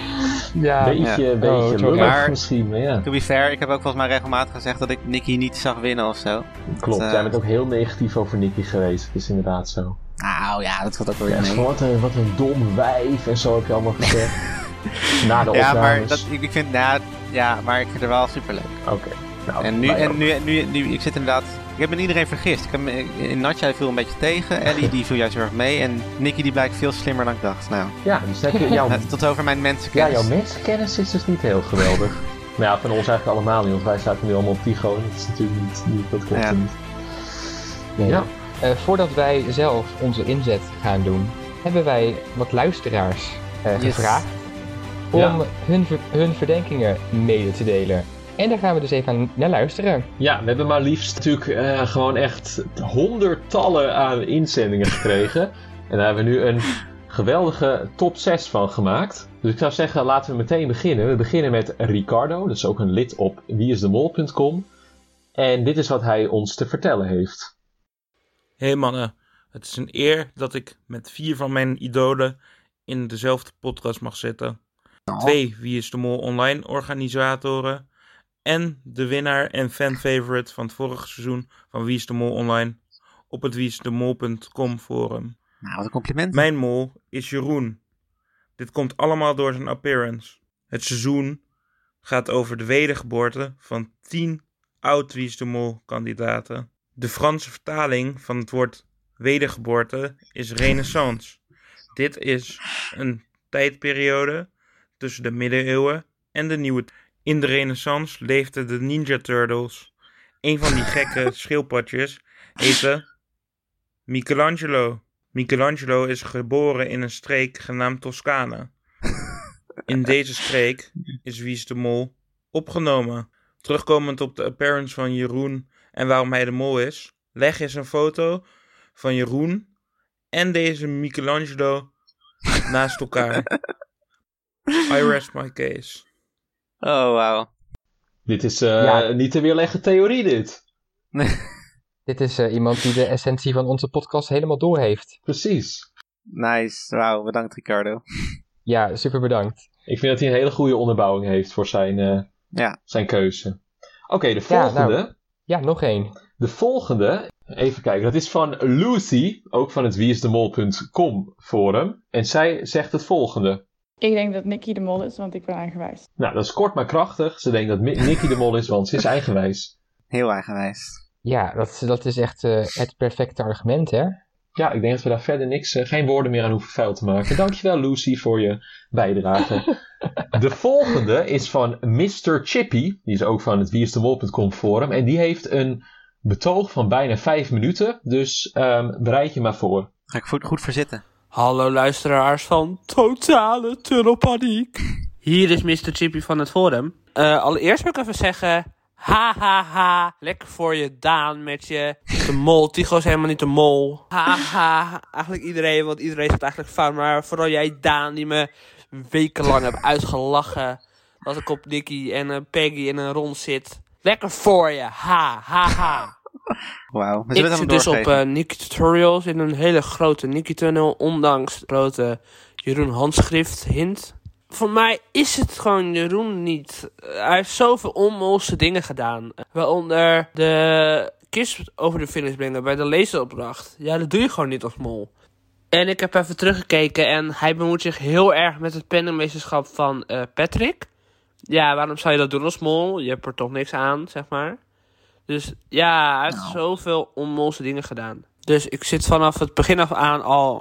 Beetje lullig misschien, maar ja. To be fair, ik heb ook volgens mij regelmatig gezegd dat ik Nicky niet zag winnen of zo. Klopt, jij bent ook heel negatief over Nicky geweest. Het is inderdaad zo. Nou ja, dat valt ook wel mee. Wat een dom wijf en zo heb je allemaal gezegd. Na de opnames. Ja, maar ik vind er wel superleuk. Oké. Nou, en nu, ik zit inderdaad... Ik heb met iedereen vergist. In Natja viel een beetje tegen. Ellie die viel juist heel erg mee. En Nicky die blijkt veel slimmer dan ik dacht. Nou, ja, dus heb je tot over mijn mensenkennis. Ja, jouw mensenkennis is dus niet heel geweldig. Maar ja, van ons eigenlijk allemaal niet. Want wij zaten nu allemaal op Tycho. En dat is natuurlijk niet dat klopt niet. Nee. Ja. Voordat wij zelf onze inzet gaan doen, hebben wij wat luisteraars gevraagd om hun verdenkingen mede te delen. En daar gaan we dus even naar luisteren. Ja, we hebben maar liefst natuurlijk gewoon echt honderdtallen aan inzendingen gekregen. En daar hebben we nu een geweldige top 6 van gemaakt. Dus ik zou zeggen, laten we meteen beginnen. We beginnen met Ricardo, dat is ook een lid op wieisdemol.com. En dit is wat hij ons te vertellen heeft. Hey mannen, het is een eer dat ik met 4 van mijn idolen in dezelfde podcast mag zitten. 2 Wie is de Mol online organisatoren en de winnaar en fan-favorite van het vorige seizoen van Wie is de Mol online op het wieisdemol.com forum. Nou, wat een compliment. Mijn mol is Jeroen. Dit komt allemaal door zijn appearance. Het seizoen gaat over de wedergeboorte van 10 oud Wie is de Mol kandidaten. De Franse vertaling van het woord wedergeboorte is renaissance. Dit is een tijdperiode tussen de middeleeuwen en de nieuwe. In de renaissance leefden de Ninja Turtles. Een van die gekke schildpadjes heette Michelangelo. Michelangelo is geboren in een streek genaamd Toscane. In deze streek is Wie is de Mol opgenomen. Terugkomend op de appearance van Jeroen en waarom hij de mol is, leg eens een foto van Jeroen en deze Michelangelo naast elkaar. I rest my case. Oh, wauw. Dit is niet te weerleggen theorie, dit. Dit is iemand die de essentie van onze podcast helemaal door heeft. Precies. Nice. Wauw, bedankt Ricardo. Ja, super bedankt. Ik vind dat hij een hele goede onderbouwing heeft voor zijn keuze. Oké, de volgende. Ja, nog één. De volgende, even kijken, dat is van Lucy, ook van het wieisdemol.com forum. En zij zegt het volgende. Ik denk dat Nicky de mol is, want ik ben eigenwijs. Nou, dat is kort maar krachtig. Ze denkt dat Nicky de mol is, want ze is eigenwijs. Heel eigenwijs. Ja, dat is echt het perfecte argument, hè? Ja, ik denk dat we daar verder geen woorden meer aan hoeven vuil te maken. Dankjewel Lucy voor je bijdrage. De volgende is van Mr. Chippy. Die is ook van het wieisdemol.com forum. En die heeft een betoog van bijna 5 minuten. Dus bereid je maar voor. Ga ik goed voor zitten. Hallo luisteraars van Totale Tunnelpaniek. Hier is Mr. Chippy van het forum. Allereerst wil ik even zeggen... Ha ha ha, lekker voor je Daan met je de mol. Tycho is helemaal niet de mol. Ha ha, eigenlijk iedereen, want iedereen zit eigenlijk fout. Maar vooral jij Daan die me wekenlang hebt uitgelachen. Dat ik op Nicky en Peggy en Ron zit. Lekker voor je, ha ha ha. Wauw. Ik zit dus op Nicky Tutorials in een hele grote Nicky tunnel. Ondanks de grote Jeroen handschrift hint. Voor mij is het gewoon Jeroen niet. Hij heeft zoveel onmolse dingen gedaan. Waaronder de kist over de finish brengen bij de lezeropdracht. Ja, dat doe je gewoon niet als mol. En ik heb even teruggekeken en hij bemoeit zich heel erg met het penningmeesterschap van Patrick. Ja, waarom zou je dat doen als mol? Je hebt er toch niks aan, zeg maar. Dus ja, hij heeft zoveel onmolse dingen gedaan. Dus ik zit vanaf het begin af aan al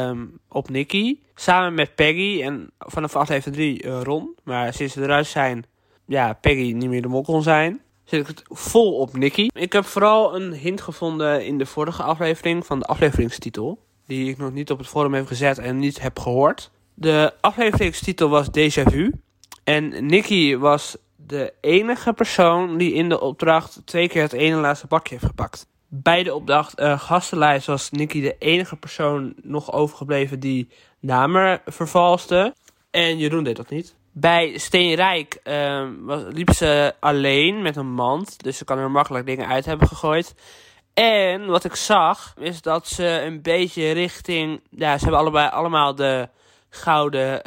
op Nicky. Samen met Peggy en vanaf aflevering 3 Ron. Maar sinds ze eruit zijn, Peggy niet meer de mol kon zijn, zit ik het vol op Nicky. Ik heb vooral een hint gevonden in de vorige aflevering van de afleveringstitel. Die ik nog niet op het forum heb gezet en niet heb gehoord. De afleveringstitel was Déjà Vu. En Nicky was de enige persoon die in de opdracht 2 keer het ene laatste bakje heeft gepakt. Bij de gastenlijst was Nicky de enige persoon nog overgebleven die namen vervalste. En Jeroen deed dat niet. Bij Steenrijk liep ze alleen met een mand. Dus ze kan er makkelijk dingen uit hebben gegooid. En wat ik zag is dat ze een beetje richting... Ja, ze hebben allemaal de gouden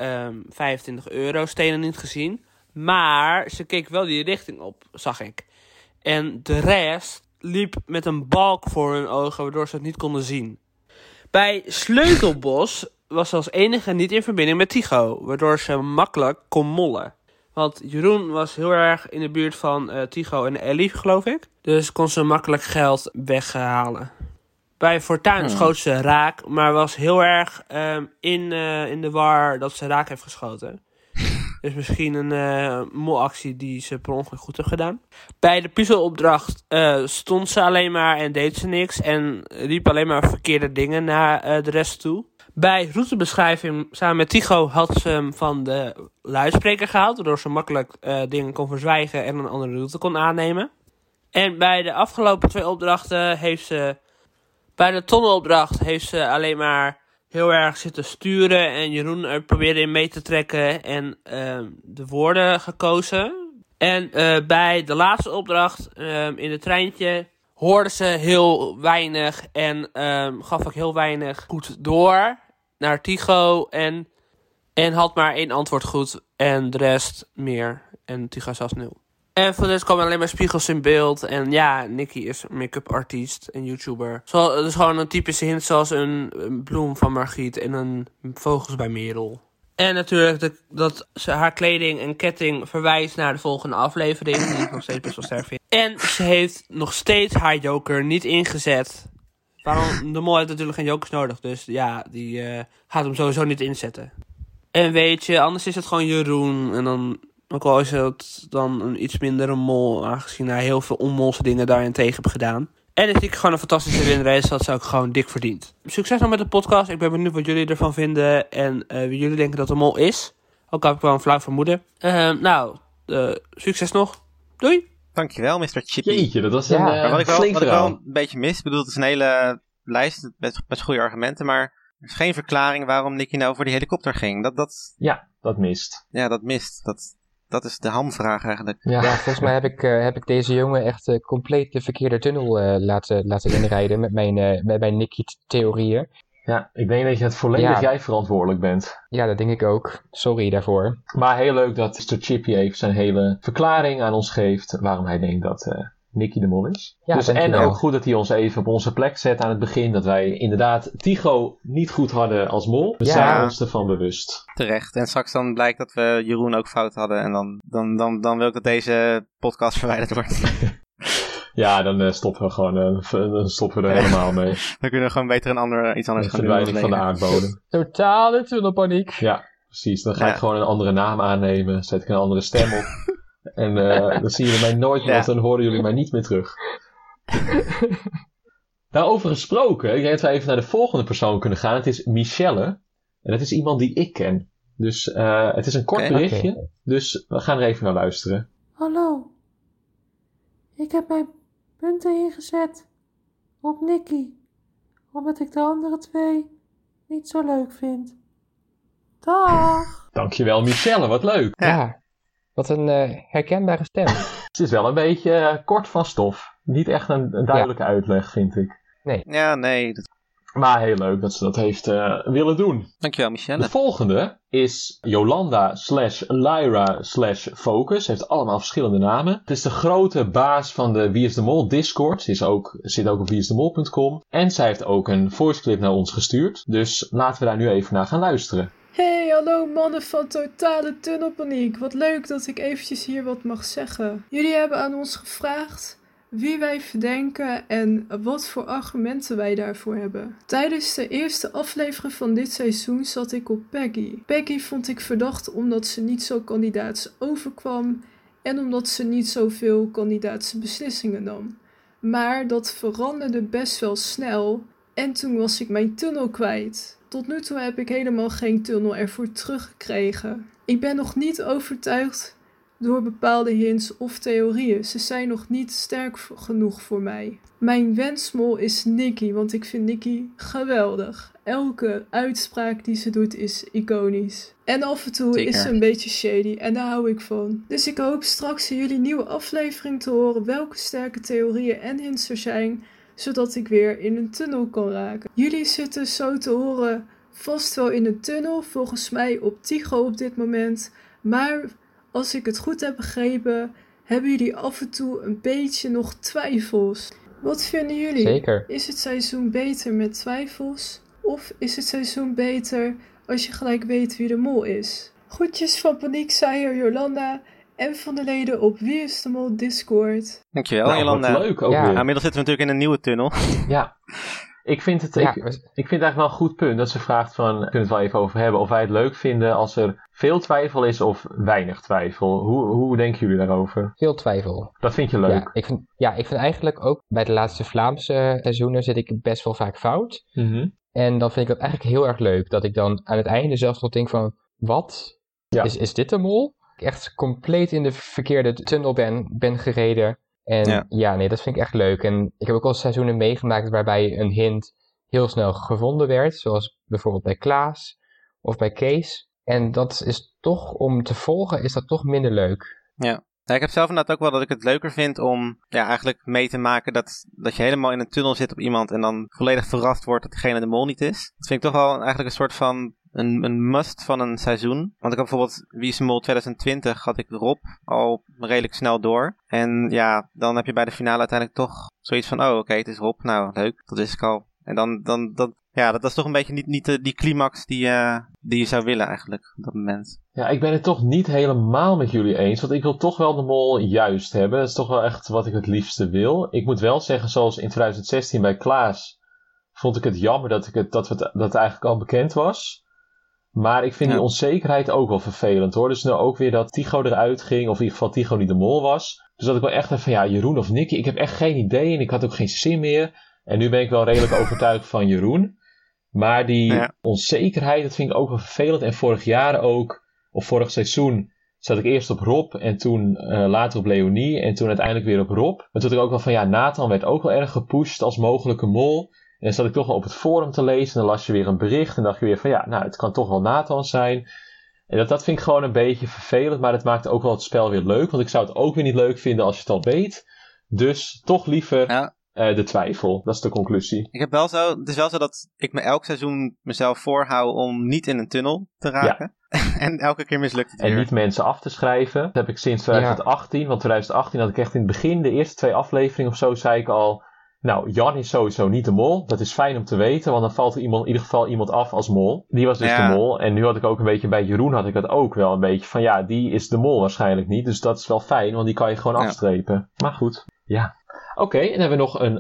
€25 stenen niet gezien. Maar ze keek wel die richting op, zag ik. En de rest liep met een balk voor hun ogen, waardoor ze het niet konden zien. Bij Sleutelbos was ze als enige niet in verbinding met Tycho, waardoor ze makkelijk kon mollen. Want Jeroen was heel erg in de buurt van Tycho en Ellie, geloof ik. Dus kon ze makkelijk geld weghalen. Bij Fortuin schoot ze raak, maar was heel erg in de war dat ze raak heeft geschoten. Dus misschien een molactie die ze per ongeluk goed heeft gedaan. Bij de puzzelopdracht stond ze alleen maar en deed ze niks. En riep alleen maar verkeerde dingen naar de rest toe. Bij routebeschrijving samen met Tycho had ze hem van de luidspreker gehaald. Waardoor ze makkelijk dingen kon verzwijgen en een andere route kon aannemen. En bij de afgelopen 2 opdrachten heeft ze... Bij de tonnenopdracht heeft ze alleen maar heel erg zitten sturen en Jeroen er probeerde in mee te trekken en de woorden gekozen. En bij de laatste opdracht in het treintje hoorde ze heel weinig en gaf ook heel weinig goed door naar Tycho en had maar 1 antwoord goed en de rest meer en Tycho zelfs 0. En voor de rest komen alleen maar spiegels in beeld. En ja, Nicky is make-up artiest en YouTuber. Het is gewoon een typische hint zoals een bloem van Margriet en een vogels bij Merel. En natuurlijk dat ze haar kleding en ketting verwijst naar de volgende aflevering. Die ik nog steeds best wel sterk vind. En ze heeft nog steeds haar joker niet ingezet. Waarom? De mol heeft natuurlijk geen jokers nodig. Dus ja, die gaat hem sowieso niet inzetten. En weet je, anders is het gewoon Jeroen. En dan... Ook al is het dan een iets mindere mol, aangezien hij heel veel onmolse dingen daarin tegen heeft gedaan. En is ik gewoon een fantastische winnares, dat ze ook gewoon dik verdient. Succes nog met de podcast, ik ben benieuwd wat jullie ervan vinden en wie jullie denken dat de mol is. Ook heb ik wel een flauw vermoeden. Succes nog. Doei! Dankjewel, Mr. Chippy. Jeetje, dat was een wat ik wel een beetje mis, ik bedoel, het is een hele lijst met best goede argumenten, maar er is geen verklaring waarom Nicky nou voor die helikopter ging. Ja, dat mist. Ja, dat mist. Dat is de hamvraag eigenlijk. Ja, volgens mij heb ik deze jongen echt compleet de verkeerde tunnel laten inrijden met mijn Nicky-theorieën. Ja, ik denk dat je het volledig jij verantwoordelijk bent. Ja, dat denk ik ook. Sorry daarvoor. Maar heel leuk dat Mr. Chippy even zijn hele verklaring aan ons geeft waarom hij denkt dat Nicky de mol is. Ja, dus, en ook goed dat hij ons even op onze plek zet aan het begin. Dat wij inderdaad Tycho niet goed hadden als mol. We zijn ons ervan bewust. Terecht. En straks dan blijkt dat we Jeroen ook fout hadden. En dan wil ik dat deze podcast verwijderd wordt. Ja, dan stoppen we gewoon er helemaal mee. Dan kunnen we gewoon beter iets anders gaan doen. Verdwijning van de aardbodem. Totale tunnelpaniek. Ja, precies. Dan ga ik gewoon een andere naam aannemen. Zet ik een andere stem op. En dan zien jullie mij nooit meer, dan horen jullie mij niet meer terug. Daarover gesproken, ik denk dat we even naar de volgende persoon kunnen gaan. Het is Michelle. En dat is iemand die ik ken. Dus het is een kort berichtje. Dus we gaan er even naar luisteren. Hallo. Ik heb mijn punten ingezet op Nicky. Omdat ik de andere 2 niet zo leuk vind. Dag. Dankjewel Michelle, wat leuk. Ja. Wat een herkenbare stem. Het is wel een beetje kort van stof. Niet echt een duidelijke uitleg, vind ik. Nee. Ja, nee. Maar heel leuk dat ze dat heeft willen doen. Dankjewel, Michelle. De volgende is Jolanda/Lyra/Focus. Heeft allemaal verschillende namen. Het is de grote baas van de Wie is de Mol Discord. Ze zit ook op wieisdemol.com. En zij heeft ook een voiceclip naar ons gestuurd. Dus laten we daar nu even naar gaan luisteren. Hey, hallo mannen van Totale Tunnelpaniek. Wat leuk dat ik eventjes hier wat mag zeggen. Jullie hebben aan ons gevraagd wie wij verdenken en wat voor argumenten wij daarvoor hebben. Tijdens de eerste aflevering van dit seizoen zat ik op Peggy. Peggy vond ik verdacht omdat ze niet zo kandidaats overkwam en omdat ze niet zoveel kandidaatse beslissingen nam. Maar dat veranderde best wel snel en toen was ik mijn tunnel kwijt. Tot nu toe heb ik helemaal geen tunnel ervoor teruggekregen. Ik ben nog niet overtuigd door bepaalde hints of theorieën. Ze zijn nog niet sterk genoeg voor mij. Mijn wensmol is Nikki, want ik vind Nikki geweldig. Elke uitspraak die ze doet is iconisch. En af en toe is ze een beetje shady en daar hou ik van. Dus ik hoop straks in jullie nieuwe aflevering te horen welke sterke theorieën en hints er zijn, zodat ik weer in een tunnel kan raken. Jullie zitten zo te horen vast wel in een tunnel, volgens mij op Tycho op dit moment. Maar als ik het goed heb begrepen, hebben jullie af en toe een beetje nog twijfels. Wat vinden jullie? Zeker. Is het seizoen beter met twijfels? Of is het seizoen beter als je gelijk weet wie de mol is? Groetjes van Paniek, Saaier, Jolanda en van de leden op Wie is de Mol Discord. Dankjewel, Jolanda. Wat leuk ook weer. Inmiddels zitten we natuurlijk in een nieuwe tunnel. Ja. Ik vind het eigenlijk wel een goed punt dat ze vraagt van, we kunnen het wel even over hebben, of wij het leuk vinden als er veel twijfel is of weinig twijfel. Hoe denken jullie daarover? Veel twijfel. Dat vind je leuk? Ja, ik vind eigenlijk ook bij de laatste Vlaamse seizoenen zit ik best wel vaak fout. Mm-hmm. En dan vind ik dat eigenlijk heel erg leuk, dat ik dan aan het einde zelfs nog denk van, wat? Ja. Is dit de mol? Ik echt compleet in de verkeerde tunnel ben gereden. En nee, dat vind ik echt leuk. En ik heb ook al seizoenen meegemaakt waarbij een hint heel snel gevonden werd. Zoals bijvoorbeeld bij Klaas of bij Kees. En dat is toch, om te volgen, is dat toch minder leuk. Ja. Ik heb zelf inderdaad ook wel dat ik het leuker vind om eigenlijk mee te maken dat je helemaal in een tunnel zit op iemand en dan volledig verrast wordt dat diegene de mol niet is. Dat vind ik toch wel eigenlijk een soort van een must van een seizoen. Want ik had bijvoorbeeld Wie is de Mol 2020 had ik Rob al redelijk snel door. En ja, dan heb je bij de finale uiteindelijk toch zoiets van, oké, het is Rob. Nou, leuk, dat wist ik al. En dat is toch een beetje niet die climax die je zou willen eigenlijk op dat moment. Ja, ik ben het toch niet helemaal met jullie eens. Want ik wil toch wel de mol juist hebben. Dat is toch wel echt wat ik het liefste wil. Ik moet wel zeggen, zoals in 2016 bij Klaas, vond ik het jammer dat het eigenlijk al bekend was. Maar ik vind die onzekerheid ook wel vervelend hoor. Dus nu ook weer dat Tycho eruit ging, of in ieder geval Tycho niet de mol was. Dus dat ik wel echt heb van Jeroen of Nikki, ik heb echt geen idee en ik had ook geen zin meer. En nu ben ik wel redelijk overtuigd van Jeroen. Maar die onzekerheid, dat vind ik ook wel vervelend. En vorig jaar ook, of vorig seizoen, zat ik eerst op Rob en toen later op Leonie en toen uiteindelijk weer op Rob. Maar toen ik ook wel van Nathan werd ook wel erg gepusht als mogelijke mol. En dan zat ik toch wel op het forum te lezen en dan las je weer een bericht en dacht je weer van het kan toch wel Nathan zijn. En dat vind ik gewoon een beetje vervelend, maar dat maakt ook wel het spel weer leuk. Want ik zou het ook weer niet leuk vinden als je het al weet. Dus toch liever de twijfel. Dat is de conclusie. Het is wel zo dat ik me elk seizoen mezelf voorhoud om niet in een tunnel te raken. Ja. En elke keer mislukt het weer. En niet mensen af te schrijven. Dat heb ik sinds 2018. Want 2018 had ik echt in het begin, de eerste 2 afleveringen of zo, zei ik al, nou, Jan is sowieso niet de mol. Dat is fijn om te weten, want dan valt er in ieder geval iemand af als mol. Die was dus de mol. En nu had ik ook een beetje, bij Jeroen had ik dat ook wel een beetje van, die is de mol waarschijnlijk niet. Dus dat is wel fijn, want die kan je gewoon afstrepen. Maar goed, Oké, en dan hebben we nog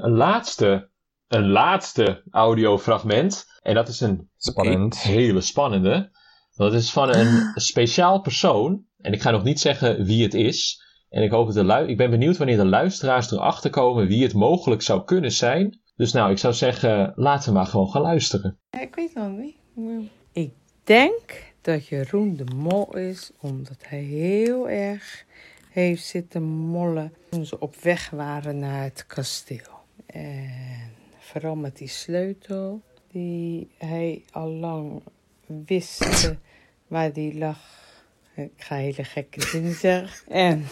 een laatste audiofragment. En dat is een hele spannende. Dat is van een speciaal persoon. En ik ga nog niet zeggen wie het is. En ik hoop dat ik ben benieuwd wanneer de luisteraars erachter komen wie het mogelijk zou kunnen zijn. Dus ik zou zeggen, laten we maar gewoon gaan luisteren. Ik weet het nog niet. Ik denk dat Jeroen de mol is, omdat hij heel erg heeft zitten mollen toen ze op weg waren naar het kasteel. En vooral met die sleutel die hij al lang wist waar die lag. Ik ga hele gekke dingen zeggen. En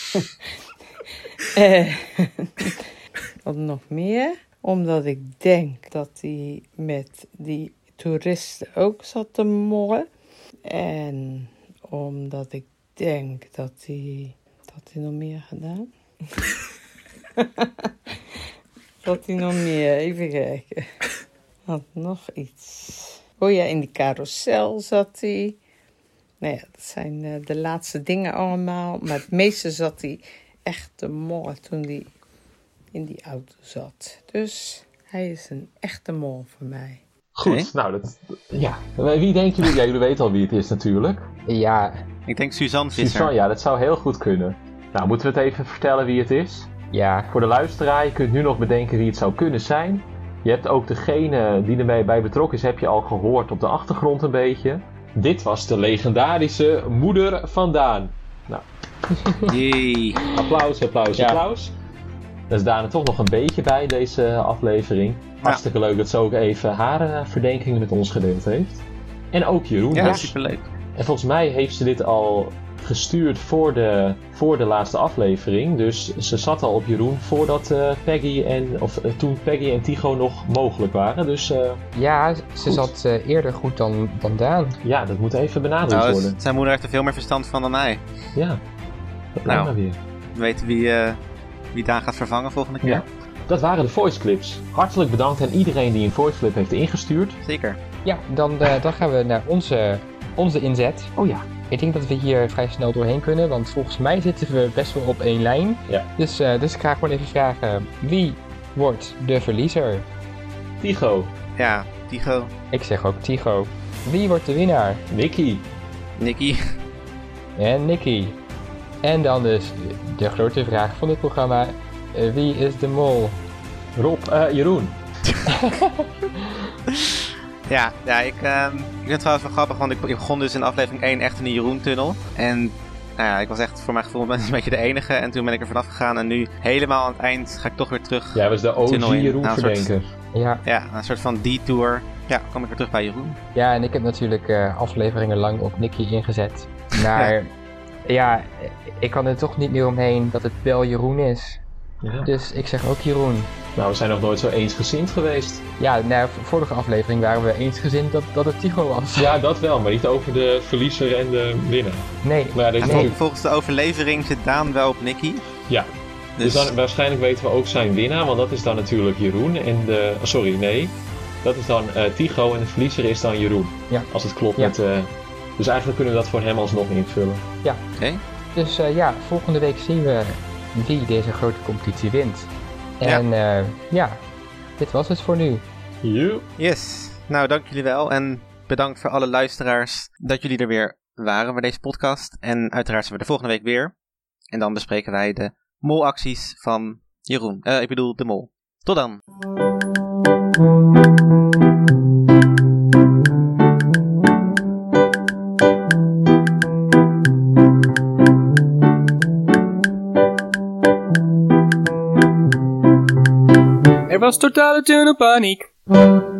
wat nog meer? Omdat ik denk dat hij met die toeristen ook zat te mollen. En omdat ik denk dat hij... Had hij nog meer gedaan? Had hij nog meer? Even kijken. Had nog iets. Oh ja, in die carousel zat hij. Nou ja, dat zijn de laatste dingen allemaal. Maar het meeste zat hij echt te mollen toen hij in die auto zat. Dus hij is een echte mol voor mij. Goed, Wie denken jullie? Jullie weten al wie het is natuurlijk. Ja. Ik denk Suzanne Visser. Suzanne, dat zou heel goed kunnen. Nou, moeten we het even vertellen wie het is? Ja. Voor de luisteraar, je kunt nu nog bedenken wie het zou kunnen zijn. Je hebt ook degene die ermee bij betrokken is, heb je al gehoord op de achtergrond een beetje. Dit was de legendarische moeder van Daan. Nou, Jee. Applaus. Ja. Applaus. Er is Daan toch nog een beetje bij deze aflevering. Hartstikke leuk dat ze ook even haar verdenkingen met ons gedeeld heeft. En ook Jeroen. Ja, dus. superleuk. En volgens mij heeft ze dit al gestuurd voor de laatste aflevering. Dus ze zat al op Jeroen voordat toen Peggy en Tycho nog mogelijk waren. Dus, ja, ze zat eerder goed dan Daan. Ja, dat moet even benadrukt worden. Zijn moeder heeft er veel meer verstand van dan mij. Ja, dat blijkt maar weer. We weten wie Daan gaat vervangen volgende keer. Ja. Dat waren de voice clips. Hartelijk bedankt aan iedereen die een voice clip heeft ingestuurd. Zeker. Ja, dan gaan we naar onze inzet. Oh ja. Ik denk dat we hier vrij snel doorheen kunnen, want volgens mij zitten we best wel op één lijn. Ja. Dus ik ga gewoon even vragen, wie wordt de verliezer? Tycho. Ja, Tycho. Ik zeg ook Tycho. Wie wordt de winnaar? Nicky. En Nicky. En dan dus de grote vraag van dit programma. Wie is de mol? Jeroen. Ja, ik vind het trouwens wel grappig, want ik begon dus in aflevering 1 echt in de Jeroen-tunnel. En nou ja, ik was echt voor mijn gevoel een beetje de enige. En toen ben ik er vanaf gegaan en nu helemaal aan het eind ga ik toch weer terug. Jij was de OG Jeroen-verdenker. Ja, een soort van detour. Ja, kom ik weer terug bij Jeroen. Ja, en ik heb natuurlijk afleveringen lang op Nicky ingezet. Maar ja, ik kan er toch niet meer omheen dat het wel Jeroen is. Ja. Dus ik zeg ook Jeroen. Nou, we zijn nog nooit zo eensgezind geweest. Ja, nou, vorige aflevering waren we eensgezind dat het Tycho was. Ja, dat wel, maar niet over de verliezer en de winnaar. Nee. Maar ja, volgens de overlevering zit Daan wel op Nicky. Ja. Dus dan, waarschijnlijk weten we ook zijn winnaar, want dat is dan natuurlijk Jeroen. En dat is dan Tycho en de verliezer is dan Jeroen. Ja. Als het klopt met... Dus eigenlijk kunnen we dat voor hem alsnog invullen. Ja. Oké. Dus volgende week zien we wie deze grote competitie wint. En dit was het voor nu. Yes. Nou, dank jullie wel. En bedankt voor alle luisteraars dat jullie er weer waren bij deze podcast. En uiteraard zijn we de volgende week weer. En dan bespreken wij de molacties van Jeroen. Ik bedoel de mol. Tot dan. Er was totale tunnelpaniek.